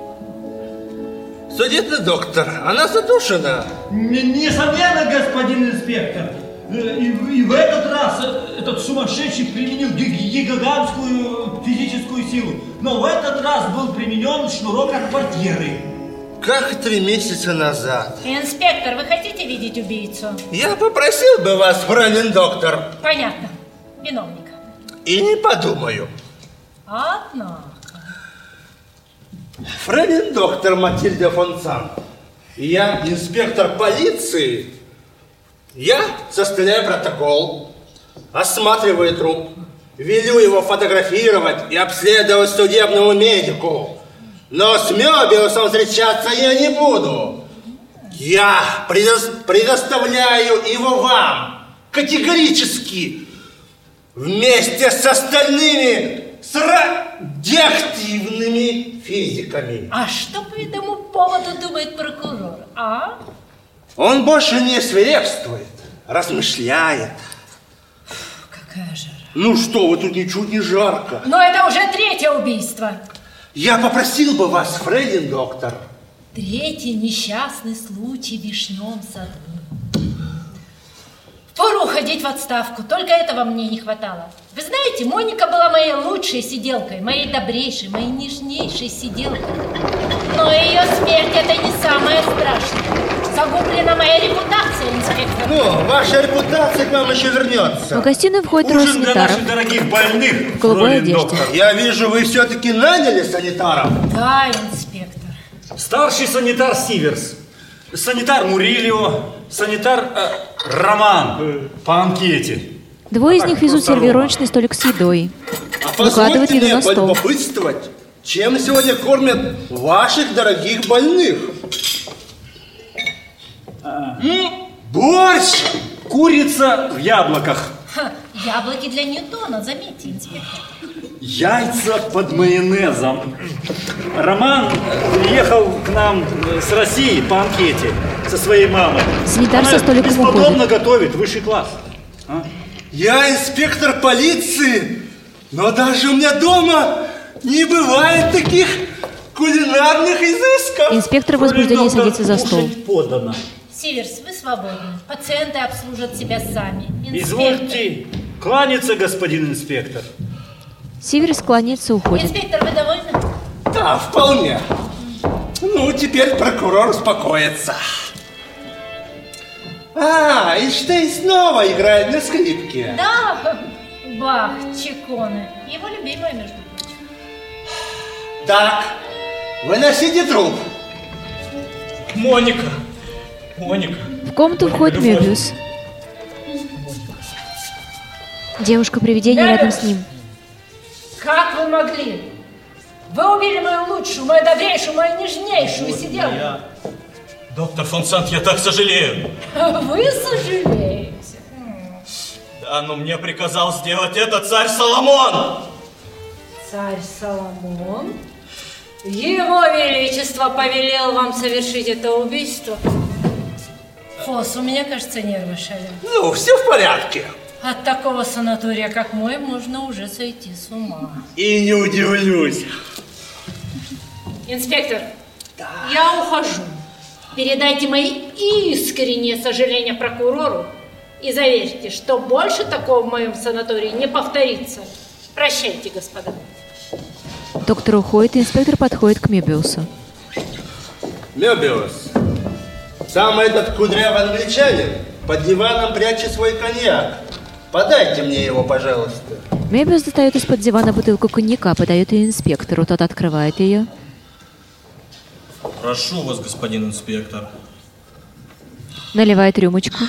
Судебный доктор, она задушена. Несомненно, господин инспектор. И в этот раз этот сумасшедший применил гигантскую физическую силу. Но в этот раз был применен шнурок от портьеры. Как 3 месяца назад. Инспектор, вы хотите видеть убийцу? Я попросил бы вас, фрейлин доктор. Понятно. Виновника. И не подумаю. Однако. Фрейлин доктор Матильда фон Цанк. Я инспектор полиции. Я составляю протокол, осматриваю труп, велю его фотографировать и обследовать судебному медику. Но с Мёбиусом встречаться я не буду. Я предоставляю его вам категорически вместе с остальными радиоактивными физиками. А что по этому поводу думает прокурор, а? Он больше не свирепствует, размышляет. Какая жара. Ну что вы, тут ничуть не жарко. Но это уже 3-е убийство. Я попросил бы вас, фрейлин доктор. 3-й несчастный случай в Вишневом саду. Пора уходить в отставку, только этого мне не хватало. Вы знаете, Моника была моей лучшей сиделкой, моей добрейшей, моей нежнейшей сиделкой. Но ее смерть — это не самое страшное. Загублена моя репутация, инспектор. Ну, ваша репутация к вам еще вернется. В гостиную входит трое Ужин для санитаров. наших дорогих больных, В голубой фрейлин одежде. доктор. Я вижу, вы все-таки наняли санитаров. Да, инспектор. Старший санитар Сиверс, санитар Мурильо, санитар Роман по анкете. Двое из них везут сервировочный столик с едой. Выкладывают еду на стол. полюбопытствовать, чем сегодня кормят ваших дорогих больных. Борщ! Курица в яблоках. Ха, яблоки для Ньютона, заметьте, инспектор. яйца под майонезом. Роман приехал к нам с России по анкете со своей мамой. Санитар со столиком бесподобно уходит. готовит, высший класс. Я инспектор полиции, но даже у меня дома не бывает таких кулинарных изысков. Инспектор в возбуждении садится за стол. Подано. Сиверс, вы свободны. Пациенты обслужат себя сами. Извольте кланяться, господин инспектор. Сиверс кланяется, уходит. Инспектор, вы довольны? Да, вполне. Ну, теперь прокурор успокоится. Эйнштейн снова играет на скрипке. Да, Бах, Чиконе. Его любимая, между прочим. Так, выносите труп. Моника. В комнату входит Мёбиус. Девушка-привидение рядом с ним. Как вы могли? Вы убили мою лучшую, мою добрейшую, мою нежнейшую сиделку. Доктор фон Сант, я так сожалею. Вы сожалеете? Да, но мне приказал сделать это царь Соломон. Царь Соломон? Его Величество повелел вам совершить это убийство. Фос, у меня, кажется, нервы шалят. Ну, все в порядке. От такого санатория, как мой, можно уже сойти с ума. И не удивлюсь. Инспектор, я ухожу. Передайте мои искренние сожаления прокурору и заверьте, что больше такого в моем санатории не повторится. Прощайте, господа. Доктор уходит, и инспектор подходит к Мёбиусу. Мёбиус, сам этот кудрявый англичанин под диваном прячет свой коньяк. Подайте мне его, пожалуйста. Мёбиус достает из-под дивана бутылку коньяка, подает ее инспектору. Тот открывает ее. Прошу вас, господин инспектор. Наливает рюмочку.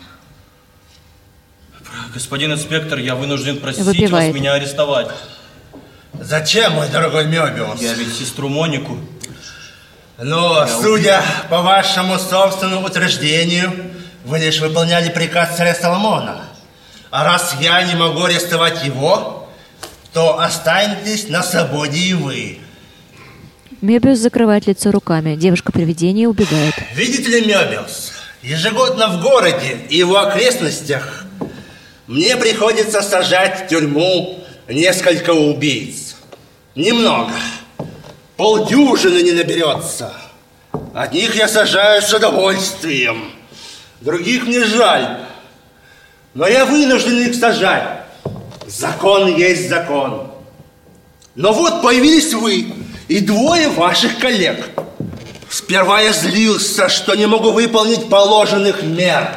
Господин инспектор, я вынужден просить Выпивает. вас меня арестовать. Зачем, мой дорогой Мёбиус? Я ведь сестру Монику. Но, судя по вашему собственному утверждению, вы лишь выполняли приказ царя Соломона. А раз я не могу арестовать его, то останетесь на свободе и вы. Мёбиус закрывает лицо руками. Девушка-привидение убегает. Видите ли, Мёбиус, ежегодно в городе и его окрестностях мне приходится сажать в тюрьму несколько убийц. Немного. Полдюжины не наберется. Одних я сажаю с удовольствием, других мне жаль. Но я вынужден их сажать. Закон есть закон. Но вот появились вы и двое ваших коллег. Сперва я злился, что не могу выполнить положенных мер.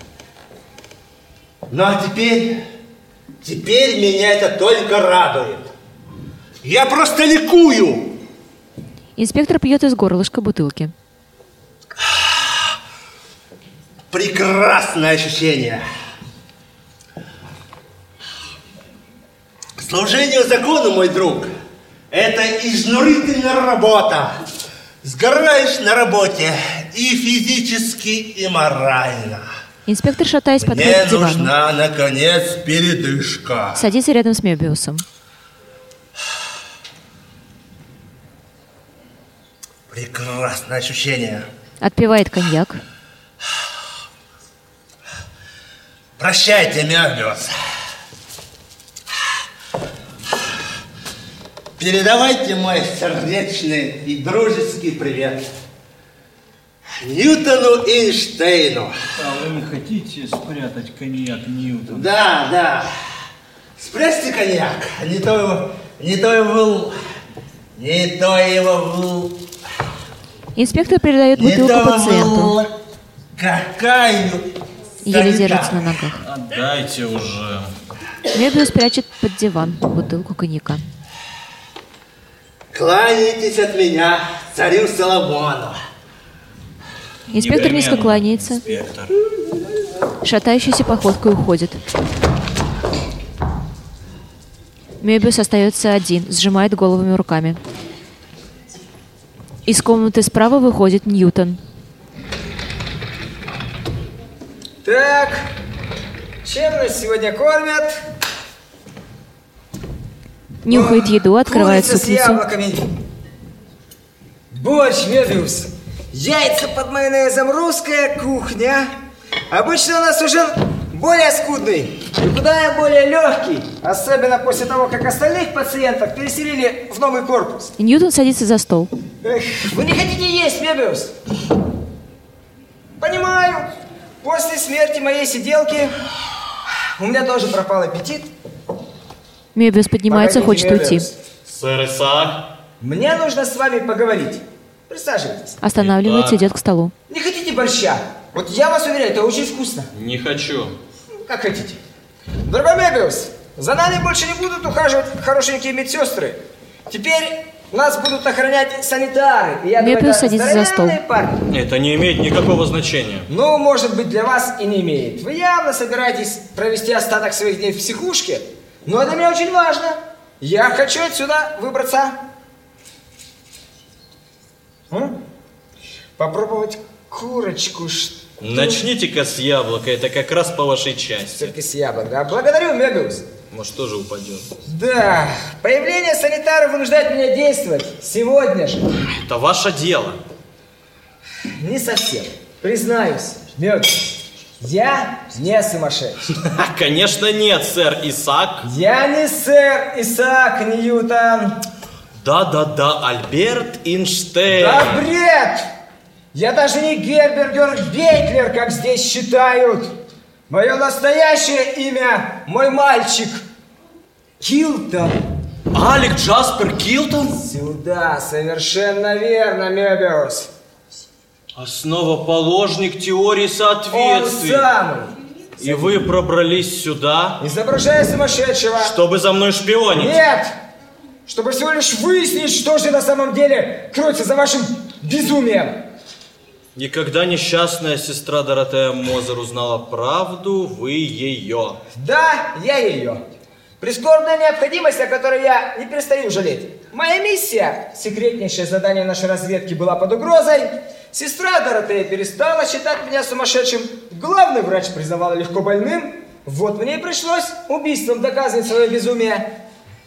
Ну а теперь меня это только радует. Я просто ликую. Инспектор пьет из горлышка бутылки. Прекрасное ощущение. Служение закону, мой друг, это изнурительная работа. Сгораешь на работе и физически, и морально. Инспектор, шатаясь, Мне подходит к дивану. нужна, наконец, передышка. Садится рядом с Мёбиусом. Прекрасное ощущение. Отпивает коньяк. Прощайте, Мёбиус. Передавайте мой сердечный и дружеский привет Ньютону Эйнштейну. А вы не хотите спрятать коньяк, Ньютон? Да. Спрячьте коньяк. Не то его. Инспектор передает бутылку пациенту. Какая? Еле держится на ногах. Отдайте уже. Мёбиус прячет под диван бутылку коньяка. Кланяйтесь от меня царю Соломону. Инспектор низко кланяется. Инспектор. Шатающейся походкой уходит. Мёбиус остается один, сжимает головами руками. Из комнаты справа выходит Ньютон. Так, чем нас сегодня кормят? Нюхает еду, открывает Курица с супницу. яблоками. Борщ, Мебиус. Яйца под майонезом, русская кухня. Обычно у нас ужин более скудный и куда более легкий. Особенно после того, как остальных пациентов переселили в новый корпус. Ньютон садится за стол. Эх, вы не хотите есть, Мебиус? Понимаю. После смерти моей сиделки у меня тоже пропал аппетит. Мебиус поднимается, Погодите, хочет уйти. Мебиус. Сэр Исаак? Мне нужно с вами поговорить. Присаживайтесь. Останавливается, идет к столу. Не хотите борща? Вот я вас уверяю, это очень вкусно. Не хочу. Как хотите. Дорогой Мебиус, за нами больше не будут ухаживать хорошенькие медсестры. Теперь нас будут охранять санитары. И я думаю, Мебиус это садится за стол. здоровенные парни. Это не имеет никакого значения. Ну, может быть, для вас и не имеет. Вы явно собираетесь провести остаток своих дней в психушке. Но это мне очень важно. Я хочу отсюда выбраться. Попробовать курочку. Начните-ка с яблока, это как раз по вашей части. Только с яблок, да? Благодарю, Мебиус. Может, тоже упадет. Да, появление санитаров вынуждает меня действовать. Сегодня же. Это ваше дело. Не совсем. Признаюсь, Мебиус, я не сумасшедший. Конечно нет, сэр Исаак. Я не сэр Исаак Ньютон. Да-да-да, Альберт Эйнштейн. Да бред! Я даже не Герберт Георг Бейтлер, как здесь считают. Мое настоящее имя, мой мальчик, Килтон. Алек Джаспер Килтон? Сюда, совершенно верно, Мебиус. Основоположник теории соответствия. Он самый. И вы пробрались сюда? Изображая сумасшедшего. Чтобы за мной шпионить? Нет! Чтобы всего лишь выяснить, что же на самом деле кроется за вашим безумием. И когда несчастная сестра Доротея Мозер узнала правду, вы ее. Да, я ее. Прискорбная необходимость, о которой я не перестаю жалеть. Моя миссия, секретнейшее задание нашей разведки, была под угрозой. Сестра Доротея перестала считать меня сумасшедшим. Главный врач признавала легко больным. Вот мне и пришлось убийством доказывать свое безумие.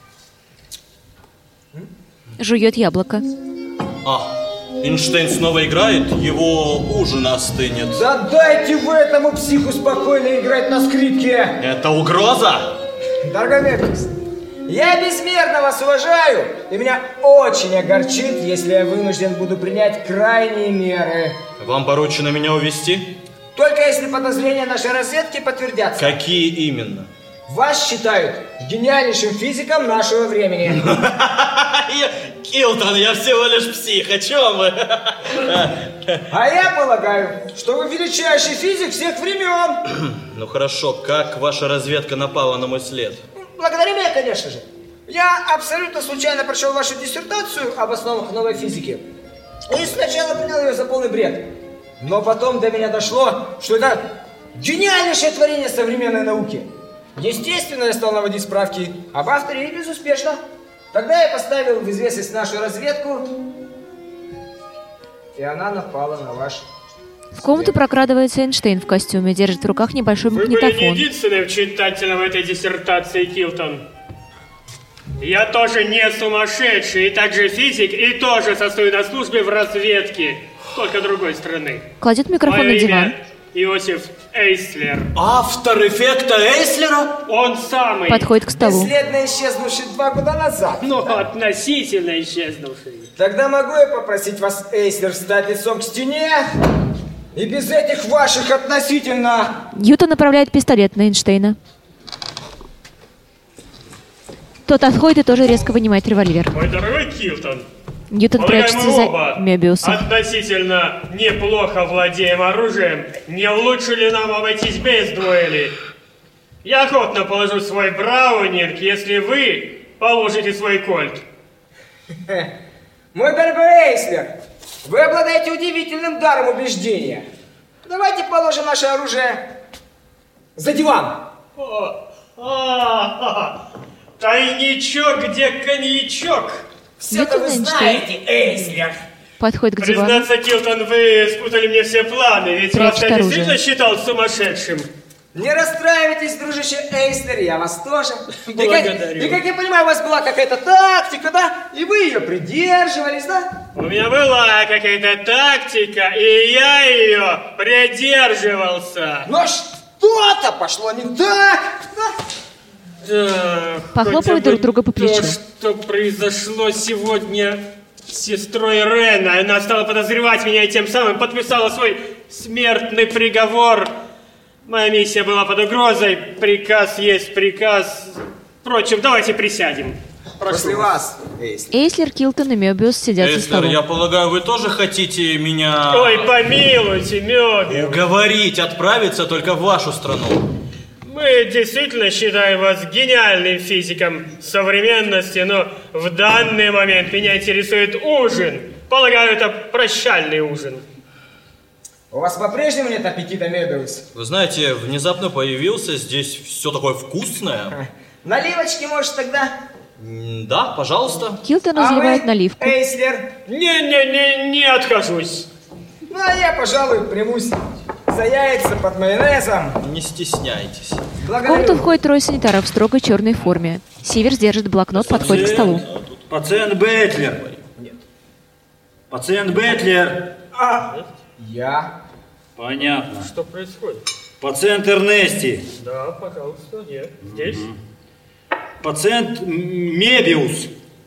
Жует яблоко. Эйнштейн снова играет, его ужин остынет. Да дайте вы этому психу спокойно играть на скрипке. Это угроза? Дорогой Мебиус, я безмерно вас уважаю, и меня очень огорчит, если я вынужден буду принять крайние меры. Вам поручено меня увезти? Только если подозрения нашей разведки подтвердятся. Какие именно? Вас считают гениальнейшим физиком нашего времени. Килтон, я всего лишь псих, о чем вы? А я полагаю, что вы величайший физик всех времен. Ну хорошо, как ваша разведка напала на мой след? Благодаря мне, конечно же. Я абсолютно случайно прочел вашу диссертацию об основах новой физики. И сначала принял ее за полный бред. Но потом до меня дошло, что это гениальнейшее творение современной науки. Естественно, я стал наводить справки об авторе и безуспешно. Тогда я поставил в известность нашу разведку, и она напала на ваш... В комнату прокрадывается Эйнштейн в костюме, держит в руках небольшой Вы были магнитофон. не единственным читателем этой диссертации, Килтон. Я тоже не сумасшедший, и также физик, и тоже состою на службе в разведке, только другой страны. Кладет микрофон Мое на диван. имя Иосиф Эйслер. Автор эффекта Эйслера? Он самый. Подходит к столу. Бесследно исчезнувший 2 года назад. Ну, относительно исчезнувший. Тогда могу я попросить вас, Эйслер, встать лицом к стене? И без этих ваших относительно... Ньютон направляет пистолет на Эйнштейна. Тот отходит и тоже резко вынимает револьвер. Мой дорогой Килтон, Ньютон прячется за Мебиусом. относительно неплохо владеем оружием. Не лучше ли нам обойтись без дуэли? Я охотно положу свой браунинг, если вы положите свой кольт. Мой дорогой Эйслер, вы обладаете удивительным даром убеждения. Давайте положим наше оружие за диван. Тайничок, где коньячок? Все-то вы знаете, Эйслер. Подходит к дивану. Признаться, Килтон, вы спутали мне все планы, ведь вас Прячет я оружие. действительно считал сумасшедшим. Не расстраивайтесь, дружище Эйслер, я вас тоже. Благодарю. И как я понимаю, у вас была какая-то тактика, да? И вы ее придерживались, да? У меня была какая-то тактика, и я ее придерживался. Но что-то пошло не так, да? Да, Похлопывают друг друга по плечу. То, что произошло сегодня с сестрой Рена. Она стала подозревать меня и тем самым подписала свой смертный приговор. Моя миссия была под угрозой. Приказ есть приказ. Впрочем, давайте присядем. После вас, Эйслер. Эйслер, Килтон и Мёбиус сидят за Эйслер, столом. я полагаю, вы тоже хотите меня... Ой, помилуйте, Мёбиус. Уговорить отправиться только в вашу страну. Мы действительно считаем вас гениальным физиком современности, но в данный момент меня интересует ужин. Полагаю, это прощальный ужин. У вас по-прежнему нет аппетита, Мёбиус? Вы знаете, внезапно появился, здесь все такое вкусное. Наливочки, может, тогда? Да, пожалуйста. Килтон разливает наливку. Эйслер? Не откажусь. Ну, а я, пожалуй, примусь за яйца под майонезом. Не стесняйтесь. В комнату входит трое санитаров в строгой черной форме. Сиверс держит блокнот, подходит к столу. Пациент Бэтлер. Нет. Пациент Бэтлер. Я? Понятно. Что происходит? Пациент Эрнести. Да, пожалуйста, нет. Здесь? Пациент Мебиус.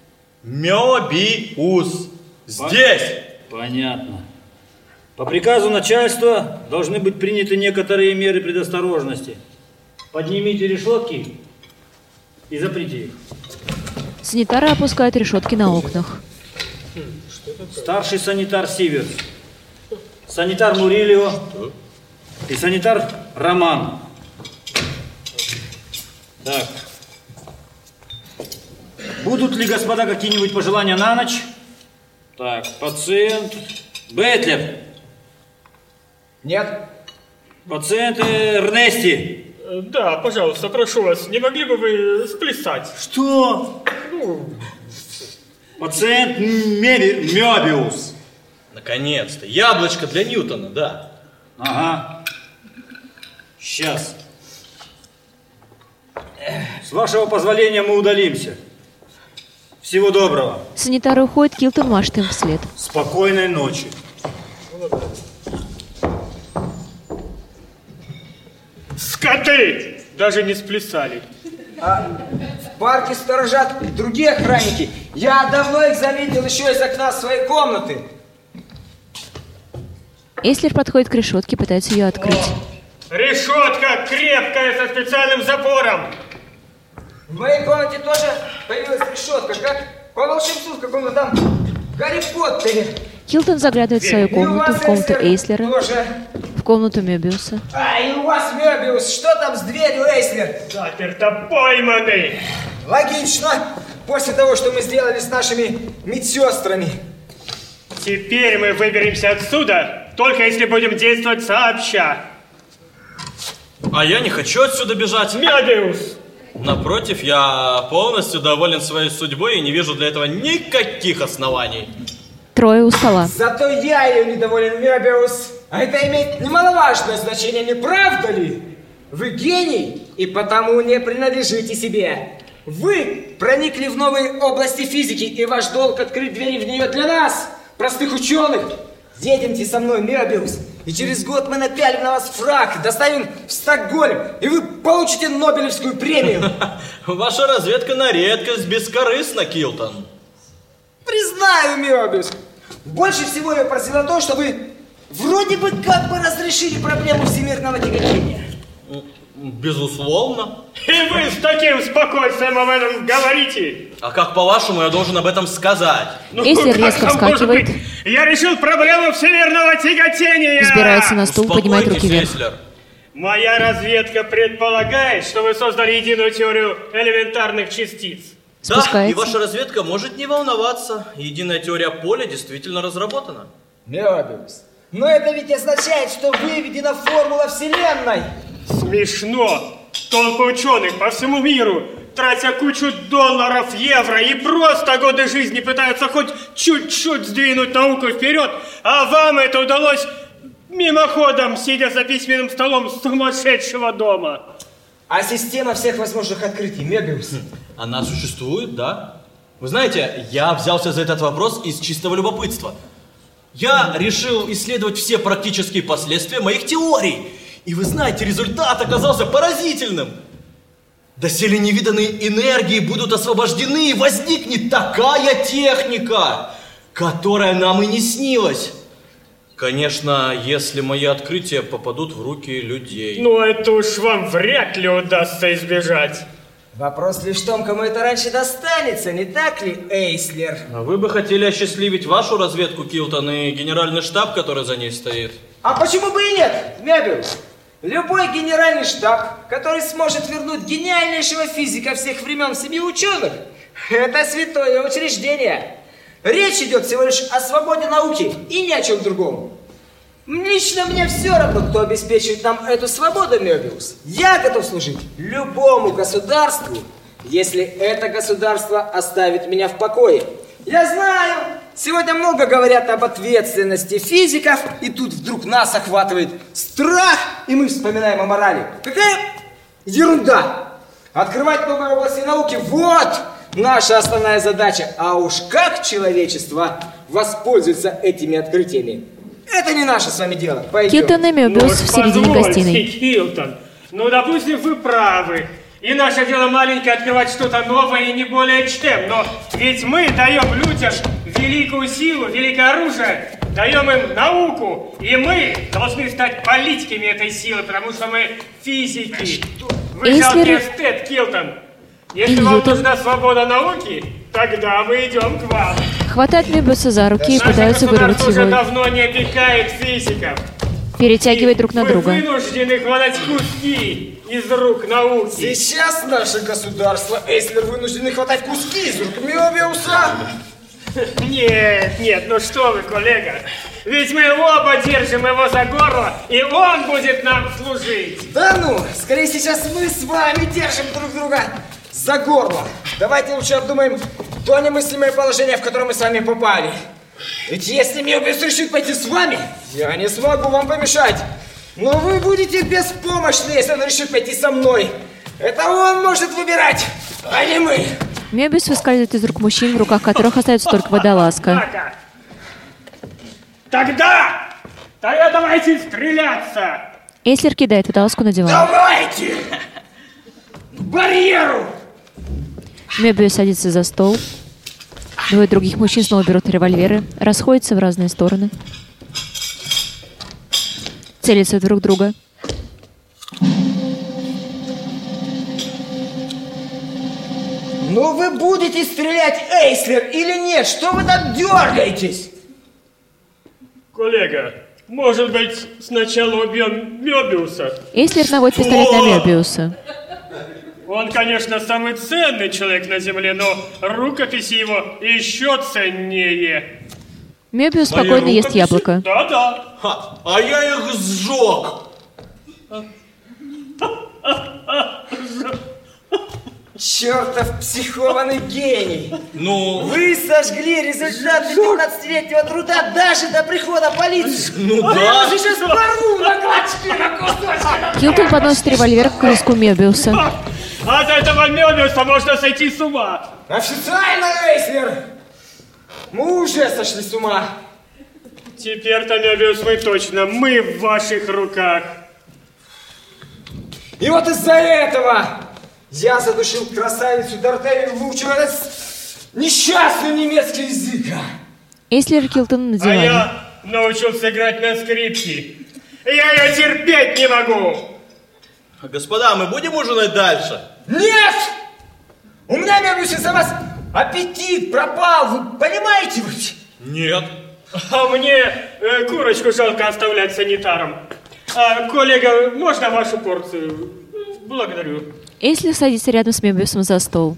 Мёбиус. Здесь. Понятно. По приказу начальства должны быть приняты некоторые меры предосторожности. Поднимите решетки и заприте их. Санитары опускают решетки на окнах. Старший санитар Сиверс, санитар Мурилио и санитар Роман. Так. Будут ли, господа, какие-нибудь пожелания на ночь? Так, пациент Бэтлер. Нет. Пациент Эрнести. Да, пожалуйста, прошу вас, не могли бы вы сплясать? Что? Пациент Мёбиус. Наконец-то. Яблочко для Ньютона, да. Ага. Сейчас. С вашего позволения мы удалимся. Всего доброго. Санитары уходят, Килтон машет им вслед. Спокойной ночи. Скоты! Даже не сплясали. В парке сторожат другие охранники. Я давно их заметил еще из окна своей комнаты. Эйслер подходит к решетке, пытается ее открыть. Решетка крепкая, со специальным запором. В моей комнате тоже появилась решетка, как по волшебству в каком-то там Гарри Поттере. Килтон заглядывает в свою комнату, в комнату Эйслера, Тоже. в комнату Мёбиуса. И у вас, Мёбиус, что там с дверью, Эйслер? Заперто, пойманный. Логично, после того, что мы сделали с нашими медсестрами. Теперь мы выберемся отсюда, только если будем действовать сообща. А я не хочу отсюда бежать. Мёбиус! Напротив, я полностью доволен своей судьбой и не вижу для этого никаких оснований. Трое у стола. Зато я ее недоволен, Мёбиус. А это имеет немаловажное значение, не правда ли? Вы гений и потому не принадлежите себе. Вы проникли в новые области физики, и ваш долг открыть двери в нее для нас, простых ученых. Едемте со мной, Мёбиус, и через год мы напялим на вас фрак, доставим в Стокгольм, и вы получите Нобелевскую премию. Ваша разведка на редкость бескорыстна, Килтон. Признаю, Мёбиус, больше всего я поразило то, что вы вроде бы как бы разрешили проблему всемирного тяготения. Безусловно. И вы с таким спокойствием об этом говорите. А как, по-вашему, я должен об этом сказать? Эйслер резко вскакивает. Я решил проблему всемирного тяготения. Взбирается на стул, поднимает руки вверх. Эйслер. Моя разведка предполагает, что вы создали единую теорию элементарных частиц. Да, и ваша разведка может не волноваться. Единая теория поля действительно разработана. Мёбиус, но это ведь означает, что выведена формула Вселенной. Смешно. Толпа ученых по всему миру, тратя кучу долларов, евро и просто годы жизни пытаются хоть чуть-чуть сдвинуть науку вперед, а вам это удалось Мимоходом, сидя за письменным столом сумасшедшего дома. А система всех возможных открытий, Мебиус? Она существует, да? Вы знаете, я взялся за этот вопрос из чистого любопытства. Я решил исследовать все практические последствия моих теорий. И вы знаете, результат оказался поразительным. Доселе невиданные энергии будут освобождены, и возникнет такая техника, которая нам и не снилась. Конечно, если мои открытия попадут в руки людей. Ну, это уж вам вряд ли удастся избежать. Вопрос лишь в том, кому это раньше достанется, не так ли, Эйслер? А вы бы хотели осчастливить вашу разведку, Килтон, и генеральный штаб, который за ней стоит? А почему бы и нет, Мебиус? Любой генеральный штаб, который сможет вернуть гениальнейшего физика всех времен в семьи ученых, это святое учреждение. Речь идет всего лишь о свободе науки и ни о чем другом. Лично мне все равно, кто обеспечивает нам эту свободу, Мебиус. Я готов служить любому государству, если это государство оставит меня в покое. Я знаю, сегодня много говорят об ответственности физиков, и тут вдруг нас охватывает страх, и мы вспоминаем о морали. Какая ерунда! Открывать новые области науки – вот наша основная задача. А уж как человечество воспользуется этими открытиями? Это не наше с вами дело. Пойдем. Килтон и Мебиус в середине гостиной. Килтон, ну, допустим, вы правы. И наше дело маленькое открывать что-то новое и не более чем. Но ведь мы даем людям великую силу, великое оружие, даем им науку. И мы должны стать политиками этой силы, потому что мы физики. Вы жалкий эстет, Килтон. Если вам нужна свобода науки, тогда мы идем к вам. Хватает Мебиуса за руки и пытаются вырвать его. Уже давно не опекает физиков. Перетягивает друг на друга. Мы вынуждены хватать куски из рук науки. Сейчас наше государство, Эйслер, вынуждены хватать куски из рук Мебиуса. Нет, ну что вы, коллега. Ведь мы оба держим его за горло, и он будет нам служить. Да ну, скорее сейчас мы с вами держим друг друга за горло. Давайте лучше обдумаем то немыслимое положение, в которое мы с вами попали. Ведь если Мебиус решит пойти с вами, я не смогу вам помешать. Но вы будете беспомощны, если он решит пойти со мной. Это он может выбирать, а не мы. Мебиус выскальзывает из рук мужчин, в руках которых остается только водолазка. Тогда давайте стреляться. Эйслер кидает водолазку на диван. Давайте! К барьеру! Мебиус садится за стол. Двое других мужчин снова берут револьверы, расходятся в разные стороны. Целятся друг в друга. Ну вы будете стрелять, Эйслер, или нет? Что вы так дергаетесь? Коллега, может быть, сначала убьем Мебиуса? Эйслер наводит пистолет на Мебиуса. Он, конечно, самый ценный человек на Земле, но рукописи его еще ценнее. Мебиус спокойно ест яблоко. Да. А я их сжег. Чертов психованный гений! Ну? Вы сожгли результаты 15-летнего труда даже до прихода полиции! Ну да! Я же сейчас порву на клочки, на кусочки! Килтон подносит револьвер к виску Мебиуса. От этого Мебиуса можно сойти с ума! Официально, Эйслер! Мы уже сошли с ума! Теперь-то, Мебиус, мы в ваших руках! И вот из-за этого я задушил красавицу Доротею, выучил этот несчастный немецкий язык. Эйслер Килтон на диване. А я научился играть на скрипке. Я ее терпеть не могу. Господа, мы будем ужинать дальше? Нет! У меня, Мебиус, из-за вас аппетит пропал, вы понимаете ведь? Нет. А мне курочку жалко оставлять санитарам. Коллега, можно вашу порцию? Благодарю. Эйслер садится рядом с Мебиусом за стол.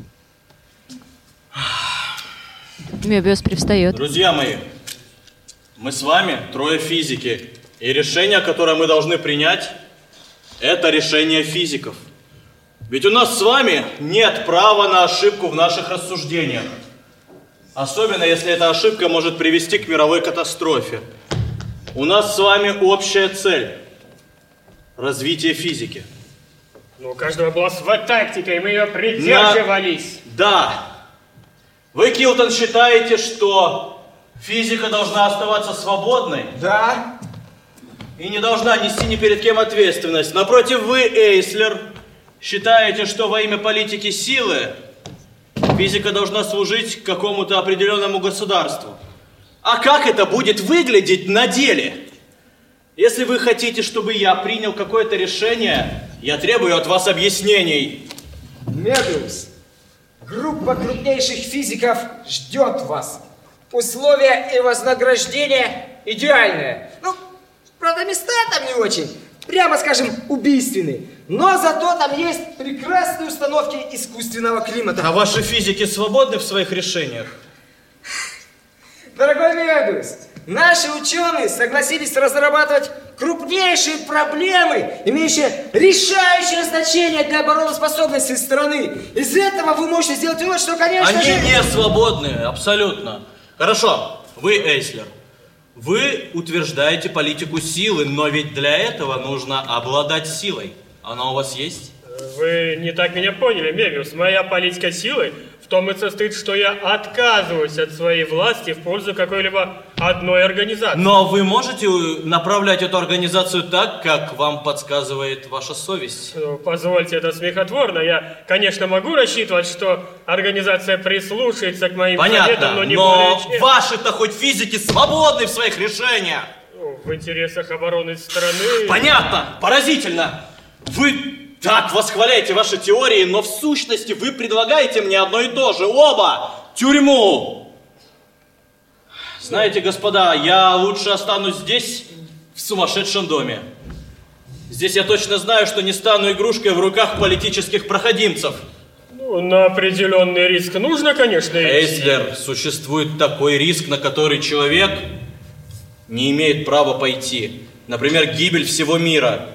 Мебиус привстает. Друзья мои, мы с вами трое физики. И решение, которое мы должны принять, это решение физиков. Ведь у нас с вами нет права на ошибку в наших рассуждениях. Особенно, если эта ошибка может привести к мировой катастрофе. У нас с вами общая цель – развитие физики. Ну, у каждого была своя тактика, и мы ее придерживались. Да. Вы, Килтон, считаете, что физика должна оставаться свободной? Да. И не должна нести ни перед кем ответственность. Напротив, вы, Эйслер, считаете, что во имя политики силы физика должна служить какому-то определенному государству. А как это будет выглядеть на деле? Если вы хотите, чтобы я принял какое-то решение, я требую от вас объяснений. Мебиус, группа крупнейших физиков ждет вас. Условия и вознаграждение идеальные. Ну, правда, места там не очень, прямо скажем, убийственные. Но зато там есть прекрасные установки искусственного климата. А ваши физики свободны в своих решениях? Дорогой Мебиус, наши ученые согласились разрабатывать крупнейшие проблемы, имеющие решающее значение для обороноспособности страны. Из этого вы можете сделать вывод, что, конечно Они же... не свободны, абсолютно. Хорошо, вы, Эйслер, вы утверждаете политику силы, но ведь для этого нужно обладать силой. Она у вас есть? Вы не так меня поняли, Мебиус. Моя политика силы в том и состоит, что я отказываюсь от своей власти в пользу какой-либо одной организации. Но вы можете направлять эту организацию так, как вам подсказывает ваша совесть? Ну, позвольте, это смехотворно. Я, конечно, могу рассчитывать, что организация прислушается к моим советам, но не более чем. Ваши-то хоть физики свободны в своих решениях. Ну, в интересах обороны страны... Понятно, поразительно. Вы так восхваляете ваши теории, но в сущности вы предлагаете мне одно и то же. Оба! Тюрьму! Знаете, господа, я лучше останусь здесь, в сумасшедшем доме. Здесь я точно знаю, что не стану игрушкой в руках политических проходимцев. Ну, на определенный риск нужно, конечно, идти. Эйслер, существует такой риск, на который человек не имеет права пойти. Например, гибель всего мира.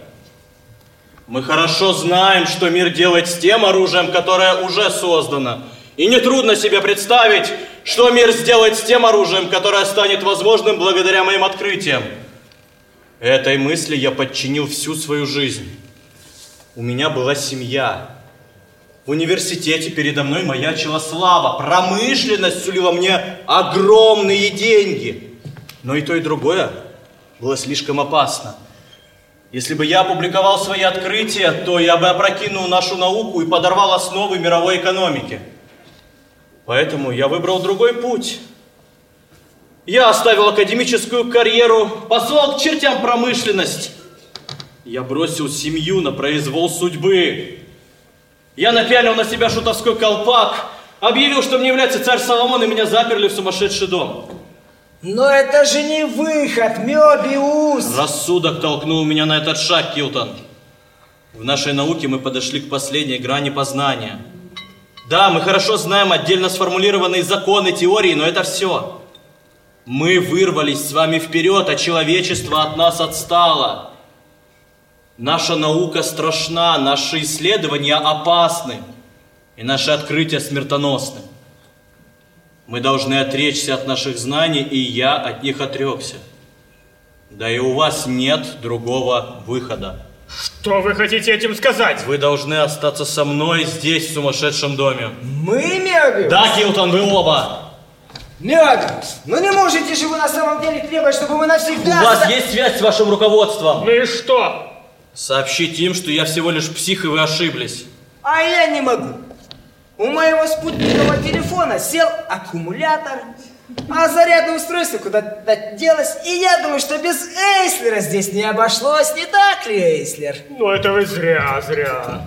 Мы хорошо знаем, что мир делает с тем оружием, которое уже создано. И нетрудно себе представить, что мир сделает с тем оружием, которое станет возможным благодаря моим открытиям. Этой мысли я подчинил всю свою жизнь. У меня была семья. В университете передо мной маячила слава. Промышленность сулила мне огромные деньги. Но и то, и другое было слишком опасно. Если бы я опубликовал свои открытия, то я бы опрокинул нашу науку и подорвал основы мировой экономики. Поэтому я выбрал другой путь. Я оставил академическую карьеру, послал к чертям промышленность. Я бросил семью на произвол судьбы. Я напялил на себя шутовской колпак, объявил, что мне является царь Соломон, и меня заперли в сумасшедший дом. Но это же не выход, Мебиус! Рассудок толкнул меня на этот шаг, Килтон. В нашей науке мы подошли к последней грани познания. Да, мы хорошо знаем отдельно сформулированные законы, теории, но это все. Мы вырвались с вами вперед, а человечество от нас отстало. Наша наука страшна, наши исследования опасны, и наши открытия смертоносны. Мы должны отречься от наших знаний, и я от них отрекся. Да и у вас нет другого выхода. Что вы хотите этим сказать? Вы должны остаться со мной здесь, в сумасшедшем доме. Мы, Мебиус? Да, Килтон, вы оба. Мебиус, ну не можете же вы на самом деле требовать, чтобы мы навсегда... У вас есть связь с вашим руководством? Ну и что? Сообщите им, что я всего лишь псих, и вы ошиблись. А я не могу. У моего спутникового телефона сел аккумулятор, а зарядное устройство куда-то делось, и я думаю, что без Эйслера здесь не обошлось, не так ли, Эйслер? Ну это вы зря.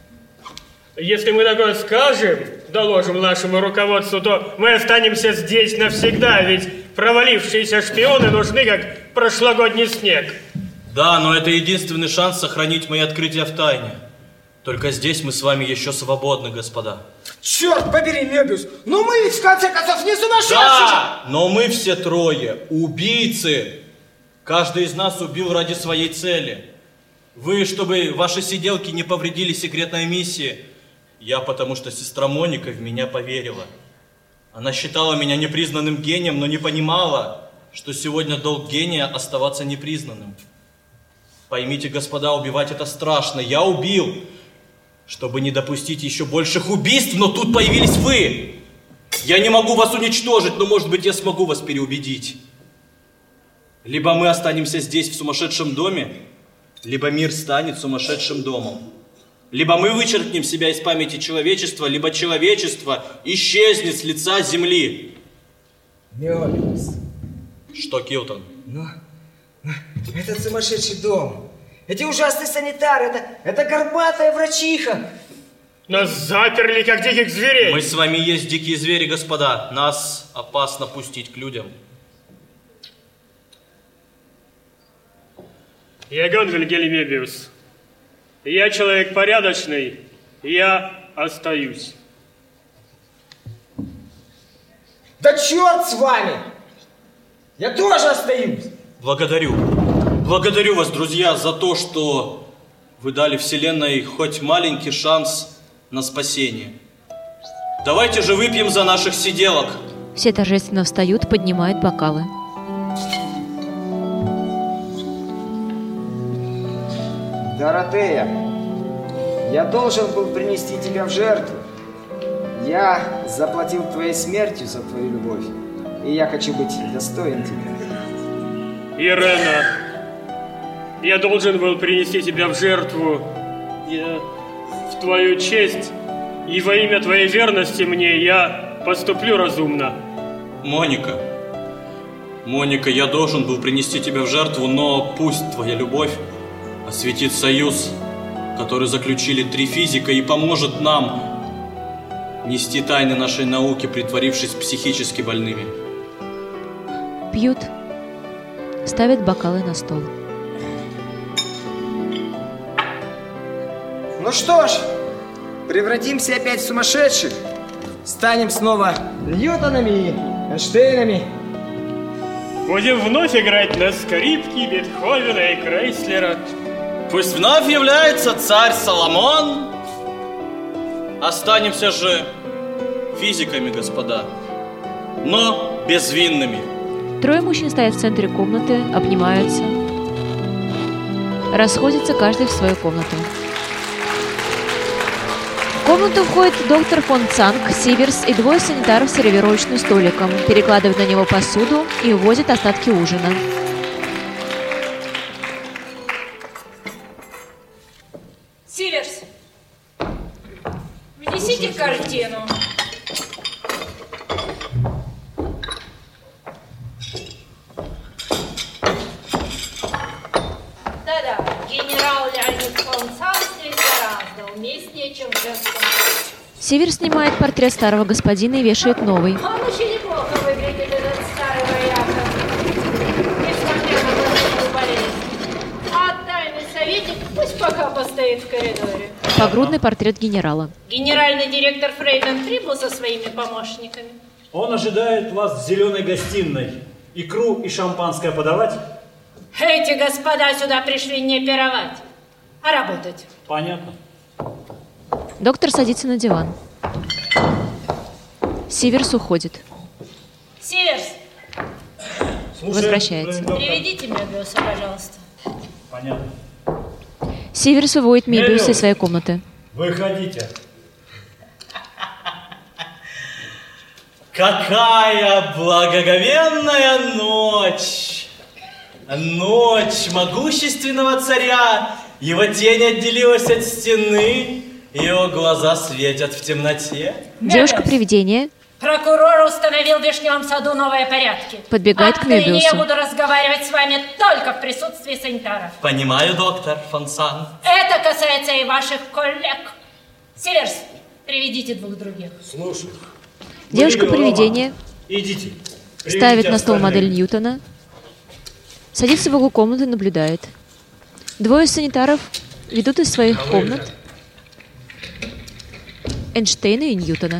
Если мы такое скажем, доложим нашему руководству, то мы останемся здесь навсегда, ведь провалившиеся шпионы нужны, как прошлогодний снег. Да, но это единственный шанс сохранить мои открытия в тайне. Только здесь мы с вами еще свободны, господа. Черт побери, Мебиус, но мы ведь в конце концов не сумасшедшие! Да, но мы все трое убийцы. Каждый из нас убил ради своей цели. Вы, чтобы ваши сиделки не повредили секретной миссии. Я, потому что сестра Моника в меня поверила. Она считала меня непризнанным гением, но не понимала, что сегодня долг гения оставаться непризнанным. Поймите, господа, убивать это страшно. Я убил, чтобы не допустить еще больших убийств, но тут появились вы. Я не могу вас уничтожить, но, может быть, я смогу вас переубедить. Либо мы останемся здесь, в сумасшедшем доме, либо мир станет сумасшедшим домом. Либо мы вычеркнем себя из памяти человечества, либо человечество исчезнет с лица земли. Мёбиус. Что, Килтон? Но этот сумасшедший дом, эти ужасные санитары, это горбатая врачиха. Нас заперли, как диких зверей. Мы с вами есть дикие звери, господа. Нас опасно пустить к людям. Ягон Вильгельм Мёбиус. Я человек порядочный, я остаюсь. Да черт с вами! Я тоже остаюсь. Благодарю. Благодарю вас, друзья, за то, что вы дали Вселенной хоть маленький шанс на спасение. Давайте же выпьем за наших сиделок. Все торжественно встают, поднимают бокалы. Доротея, я должен был принести тебя в жертву. Я заплатил твоей смертью за твою любовь, и я хочу быть достоин тебя. Ирена, я должен был принести тебя в жертву. Я в твою честь и во имя твоей верности мне я поступлю разумно. Моника, я должен был принести тебя в жертву, но пусть твоя любовь осветит союз, который заключили 3 физика, и поможет нам нести тайны нашей науки, притворившись психически больными. Пьют. Ставят бокалы на стол. Ну что ж, превратимся опять в сумасшедших. Станем снова Ньютонами и Эйнштейнами. Будем вновь играть на скрипке Бетховена и Крейслера. Пусть вновь является царь Соломон. Останемся же физиками, господа, но безвинными. 3 мужчин стоят в центре комнаты, обнимаются. Расходятся каждый в свою комнату. В комнату входит доктор фон Цанг, Сиверс и 2 санитаров с сервировочным столиком, перекладывают на него посуду и увозят остатки ужина. Сиверс, внесите картину. Да-да, генерал Леонид фон Цанг здесь гораздо уместнее, чем в женском платье. Сиверс снимает портрет старого господина и вешает новый. Он очень неплохо выглядит, этот старый вояка. Несмотря на глазную болезнь. А тайный советник пусть пока постоит в коридоре. Погрудный портрет генерала. Генеральный директор Фрейден прибыл со своими помощниками. Он ожидает вас в зеленой гостиной. Икру и шампанское подавать? Эти господа сюда пришли не пировать, а работать. Понятно. Доктор садится на диван. Сиверс уходит. Сиверс, Возвращается. приведите Мёбиуса, пожалуйста. Понятно. Сиверс выводит Мёбиуса из своей комнаты. Выходите. Какая благоговенная ночь! Ночь могущественного царя! Его тень отделилась от стены, его глаза светят в темноте. Девушка-привидение Прокурор установил в Вишневом саду новые порядки. подбегает к Отныне я Мёбиусу. буду разговаривать с вами только в присутствии санитаров. Понимаю, доктор фон Цанг. Это касается и ваших коллег. Сиверс, приведите 2 других. Слушай. Девушка-привидение Идите. ставит на стол модель Ньютона, садится в углу комнаты и наблюдает. 2 санитаров ведут из своих комнат Эйнштейна и Ньютона.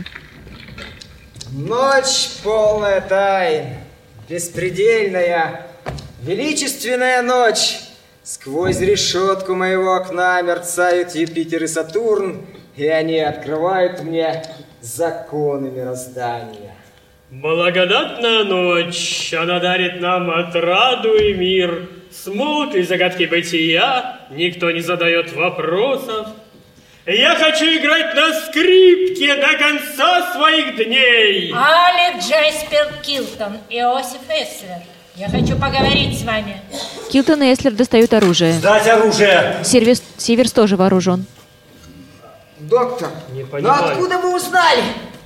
Ночь полная тайн, беспредельная, величественная ночь. Сквозь решетку моего окна мерцают Юпитер и Сатурн, и они открывают мне законы мироздания. Благодатная ночь, она дарит нам отраду и мир. Смуты, загадки бытия, никто не задает вопросов. Я хочу играть на скрипке до конца своих дней. Алек Джейспер Килтон, Иосиф Эслер. Я хочу поговорить с вами. Килтон и Эслер достают оружие. Сдать оружие! Сиверс тоже вооружен. Доктор, ну откуда вы узнали?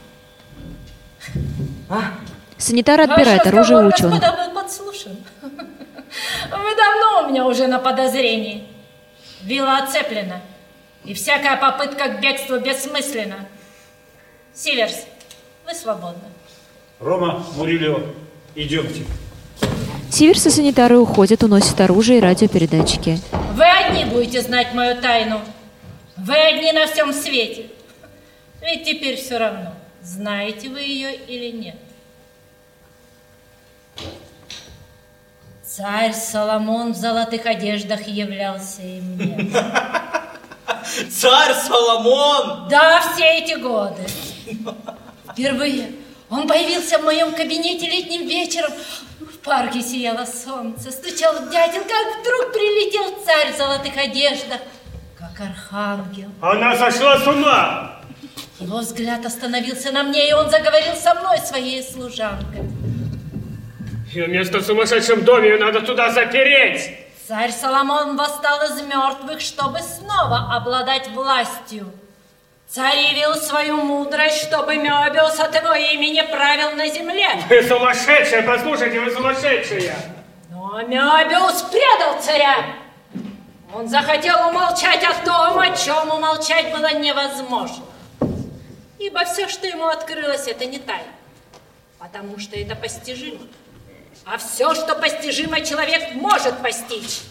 Санитар отбирает оружие у ученых. Господа, был подслушан. Вы давно у меня уже на подозрении. Вилла оцеплена. И всякая попытка к бегству бессмысленна. Сиверс, вы свободны. Рома, Мурильо, идемте. Сиверс и санитары уходят, уносят оружие и радиопередатчики. Вы одни будете знать мою тайну. Вы одни на всем свете. Ведь теперь все равно, знаете вы ее или нет. Царь Соломон в золотых одеждах являлся и мне. Царь Соломон? Да, все эти годы. Впервые он появился в моем кабинете летним вечером. В парке сияло солнце, стучал дятел, как вдруг прилетел царь в золотых одеждах, как архангел. Она сошла с ума! Его взгляд остановился на мне, и он заговорил со мной, своей служанкой. Ее место в сумасшедшем доме, ее надо туда запереть! Царь Соломон восстал из мертвых, чтобы снова обладать властью. Царь явил свою мудрость, чтобы Мёбиус от его имени правил на земле. Вы сумасшедшая, послушайте, вы сумасшедшая! Но Мёбиус предал царя. Он захотел умолчать о том, о чем умолчать было невозможно. Ибо все, что ему открылось, это не тайна, потому что это постижимо. А все, что постижимо, человек может постичь.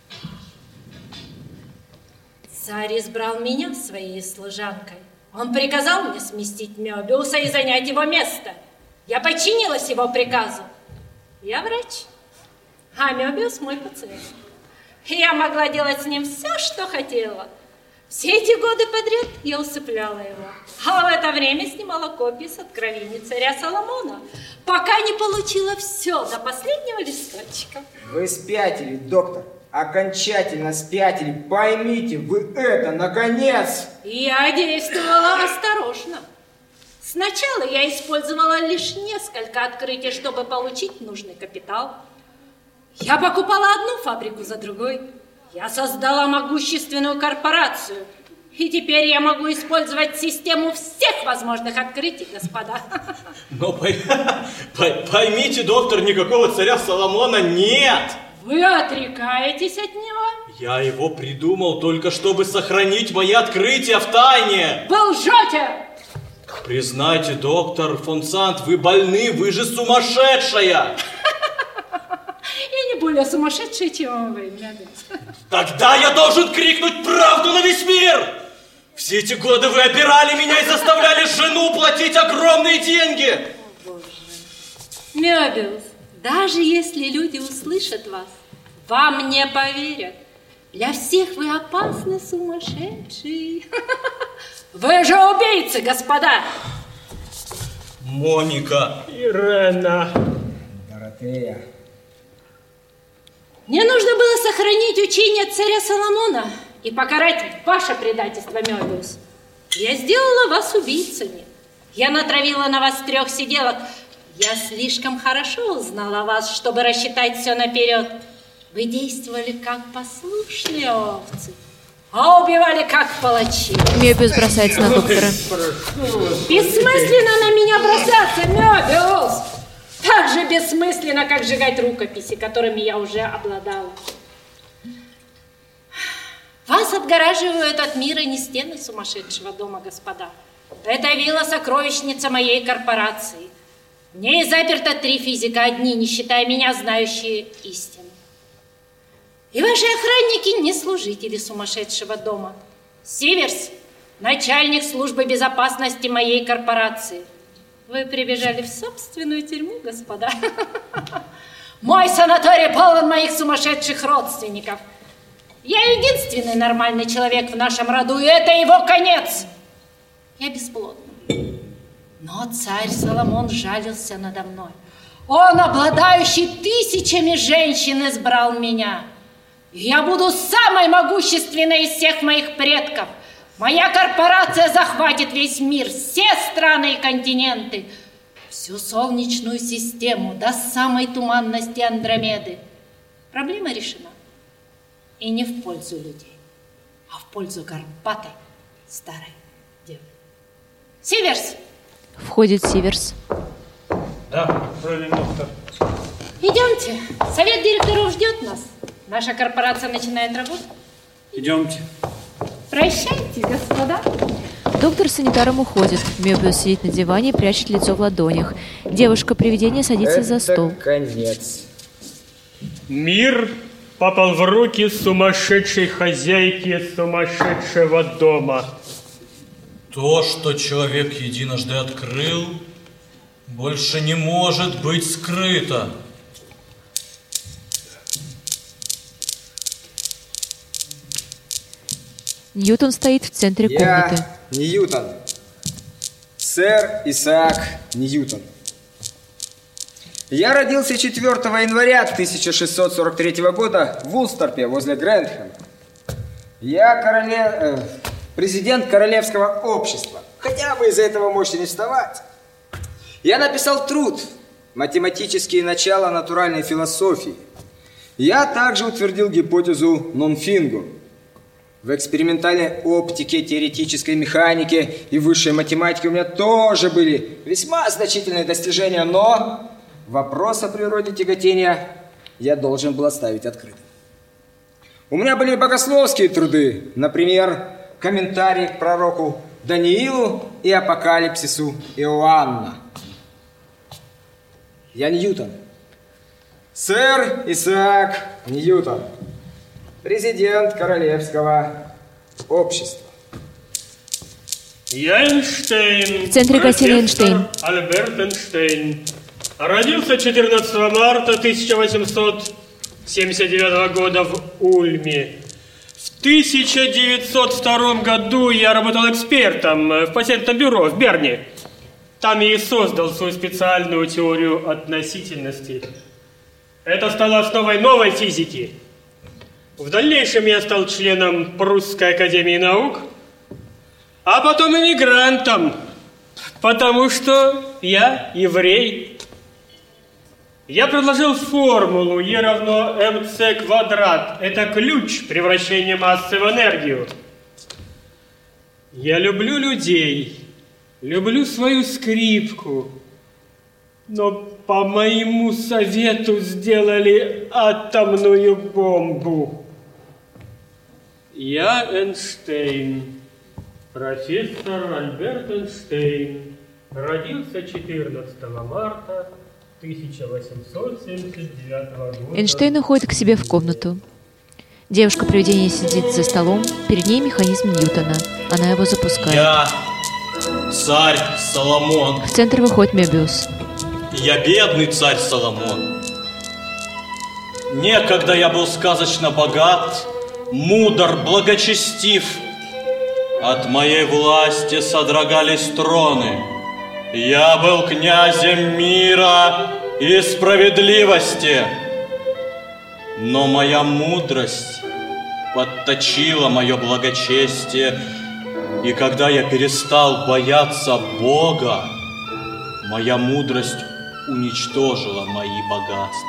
Царь избрал меня своей служанкой. Он приказал мне сместить Мёбиуса и занять его место. Я подчинилась его приказу. Я врач, а Мёбиус мой пациент. И я могла делать с ним все, что хотела. Все эти годы подряд я усыпляла его. А в это время снимала копии с откровений царя Соломона, пока не получила все до последнего листочка. Вы спятили, доктор. Окончательно спятили. Поймите, вы это, наконец! Я действовала осторожно. Сначала я использовала лишь несколько открытий, чтобы получить нужный капитал. Я покупала одну фабрику за другой. Я создала могущественную корпорацию. И теперь я могу использовать систему всех возможных открытий, господа. Но поймите, доктор, никакого царя Соломона нет. Вы отрекаетесь от него? Я его придумал только чтобы сохранить мои открытия в тайне. Вы лжете! Признайте, доктор фон Сант, вы больны, вы же сумасшедшая. Я не более сумасшедшая, чем вы, Мёбиус. Тогда я должен крикнуть правду на весь мир! Все эти годы вы обирали меня и заставляли жену платить огромные деньги! О, Боже. Мёбиус, даже если люди услышат вас, вам не поверят. Для всех вы опасны, сумасшедший. Вы же убийцы, господа! Моника. Ирена. Доротея. Мне нужно было сохранить учение царя Соломона и покарать ваше предательство, Мёбиус. Я сделала вас убийцами. Я натравила на вас 3 сиделок. Я слишком хорошо узнала вас, чтобы рассчитать все наперед. Вы действовали как послушные овцы, а убивали как палачи. Мёбиус бросается на доктора. Бессмысленно на меня бросаться, Мёбиус! Так же бессмысленно, как сжигать рукописи, которыми я уже обладала. Вас отгораживают от мира не стены сумасшедшего дома, господа. Это вилла-сокровищница моей корпорации. В ней заперто 3 физика, одни, не считая меня, знающие истину. И ваши охранники не служители сумасшедшего дома. Сиверс – начальник службы безопасности моей корпорации. Вы прибежали в собственную тюрьму, господа. Мой санаторий полон моих сумасшедших родственников. Я единственный нормальный человек в нашем роду, и это его конец. Я бесплодна. Но царь Соломон жалился надо мной. Он, обладающий тысячами женщин, избрал меня. Я буду самой могущественной из всех моих предков. Моя корпорация захватит весь мир, все страны и континенты, всю Солнечную систему до самой туманности Андромеды. Проблема решена. И не в пользу людей, а в пользу горбатой старой девы. Сиверс! Входит Сиверс. Да, правильно. Идемте. Совет директоров ждет нас. Наша корпорация начинает работу. Идемте. Прощайте, господа. Доктор с санитаром уходит. Мёбиус сидит на диване и прячет лицо в ладонях. Девушка-привидение садится за стол. Конец. Мир попал в руки сумасшедшей хозяйки сумасшедшего дома. То, что человек единожды открыл, больше не может быть скрыто. Ньютон стоит в центре комнаты. Я Ньютон. Сэр Исаак Ньютон. Я родился 4 января 1643 года в Улсторпе возле Грэндхэма. Я президент Королевского общества. Хотя вы из-за этого можете не вставать. Я написал труд «Математические начала натуральной философии». Я также утвердил гипотезу нон-фингу. В экспериментальной оптике, теоретической механике и высшей математике у меня тоже были весьма значительные достижения, но вопрос о природе тяготения я должен был оставить открытым. У меня были богословские труды, например, комментарий к пророку Даниилу и апокалипсису Иоанна. Я Ньютон. Сэр Исаак Ньютон. Президент Королевского общества. Я Эйнштейн. В центре гостиной Эйнштейн. Альберт Эйнштейн. Родился 14 марта 1879 года в Ульме. В 1902 году я работал экспертом в патентном бюро в Берне. Там я и создал свою специальную теорию относительности. Это стало основой новой физики. В дальнейшем я стал членом Прусской академии наук, а потом эмигрантом, потому что я еврей. Я предложил формулу E равно mc квадрат. Это ключ превращения массы в энергию. Я люблю людей, люблю свою скрипку, но по моему совету сделали атомную бомбу. Я Эйнштейн, профессор Альберт Эйнштейн, родился 14 марта 1879 года. Эйнштейн уходит к себе в комнату. Девушка-привидение сидит за столом, перед ней механизм Ньютона. Она его запускает. Я царь Соломон. В центр выходит Мёбиус. Я бедный царь Соломон. Некогда я был сказочно богат, мудр, благочестив. От моей власти содрогались троны. Я был князем мира и справедливости. Но моя мудрость подточила мое благочестие, и когда я перестал бояться Бога, моя мудрость уничтожила мои богатства.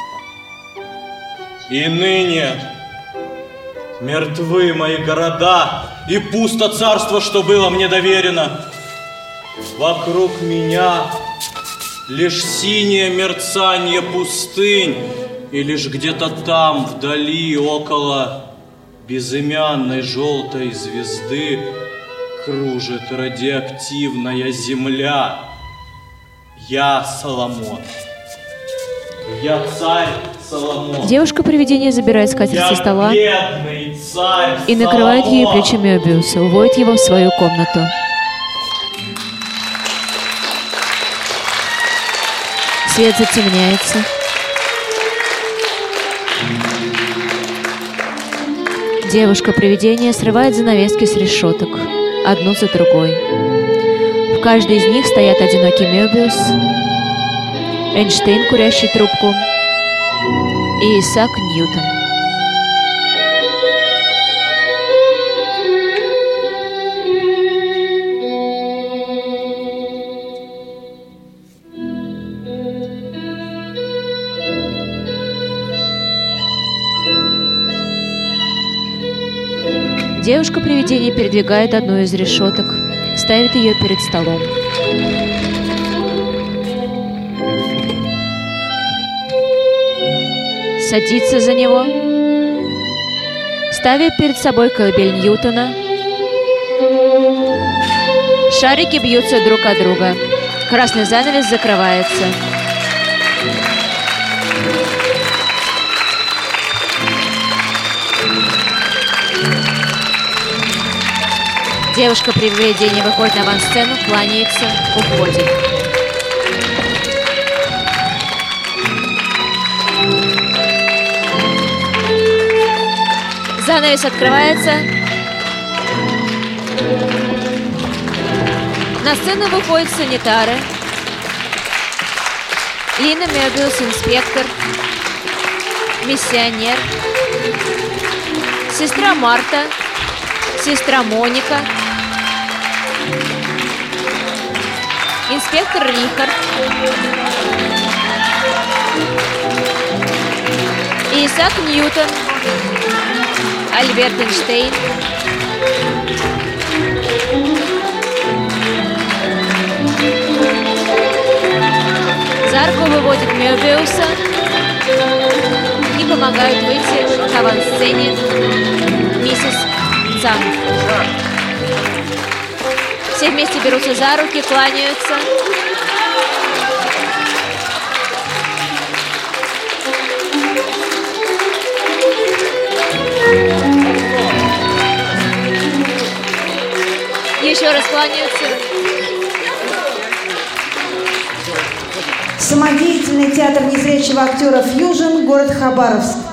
И ныне мертвы мои города, и пусто царство, что было мне доверено. Вокруг меня лишь синее мерцание пустынь, и лишь где-то там, вдали, около безымянной желтой звезды, кружит радиоактивная земля. Я Соломон. Я царь Соломон. Девушка-привидение забирает скатерть со стола бедный царь и накрывает Соломон. ей плечи Мёбиуса, уводит его в свою комнату. Свет затемняется. Девушка-привидение срывает занавески с решеток, одну за другой. В В каждой из них стоят одинокий Мёбиус, Эйнштейн, курящий трубку, и Исаак Ньютон. Девушка-привидение передвигает одну из решеток, ставит ее перед столом. Садится за него, ставит перед собой колыбель Ньютона. Шарики бьются друг от друга. Красный занавес закрывается. Девушка-привидение выходит на авансцену, кланяется, уходит. Занавес открывается. На сцену выходят санитары. Лина Мёбиус, инспектор, миссионер, сестра Марта, сестра Моника, инспектор Рихард и Исаак Ньютон, Альберт Эйнштейн, за руку выводят Мёбиуса и помогают выйти к авансцене миссис Цанг. Все вместе берутся за руки, кланяются. Еще раз кланяются. Самодеятельный театр незрячего актера «Фьюжн», город Хабаровск.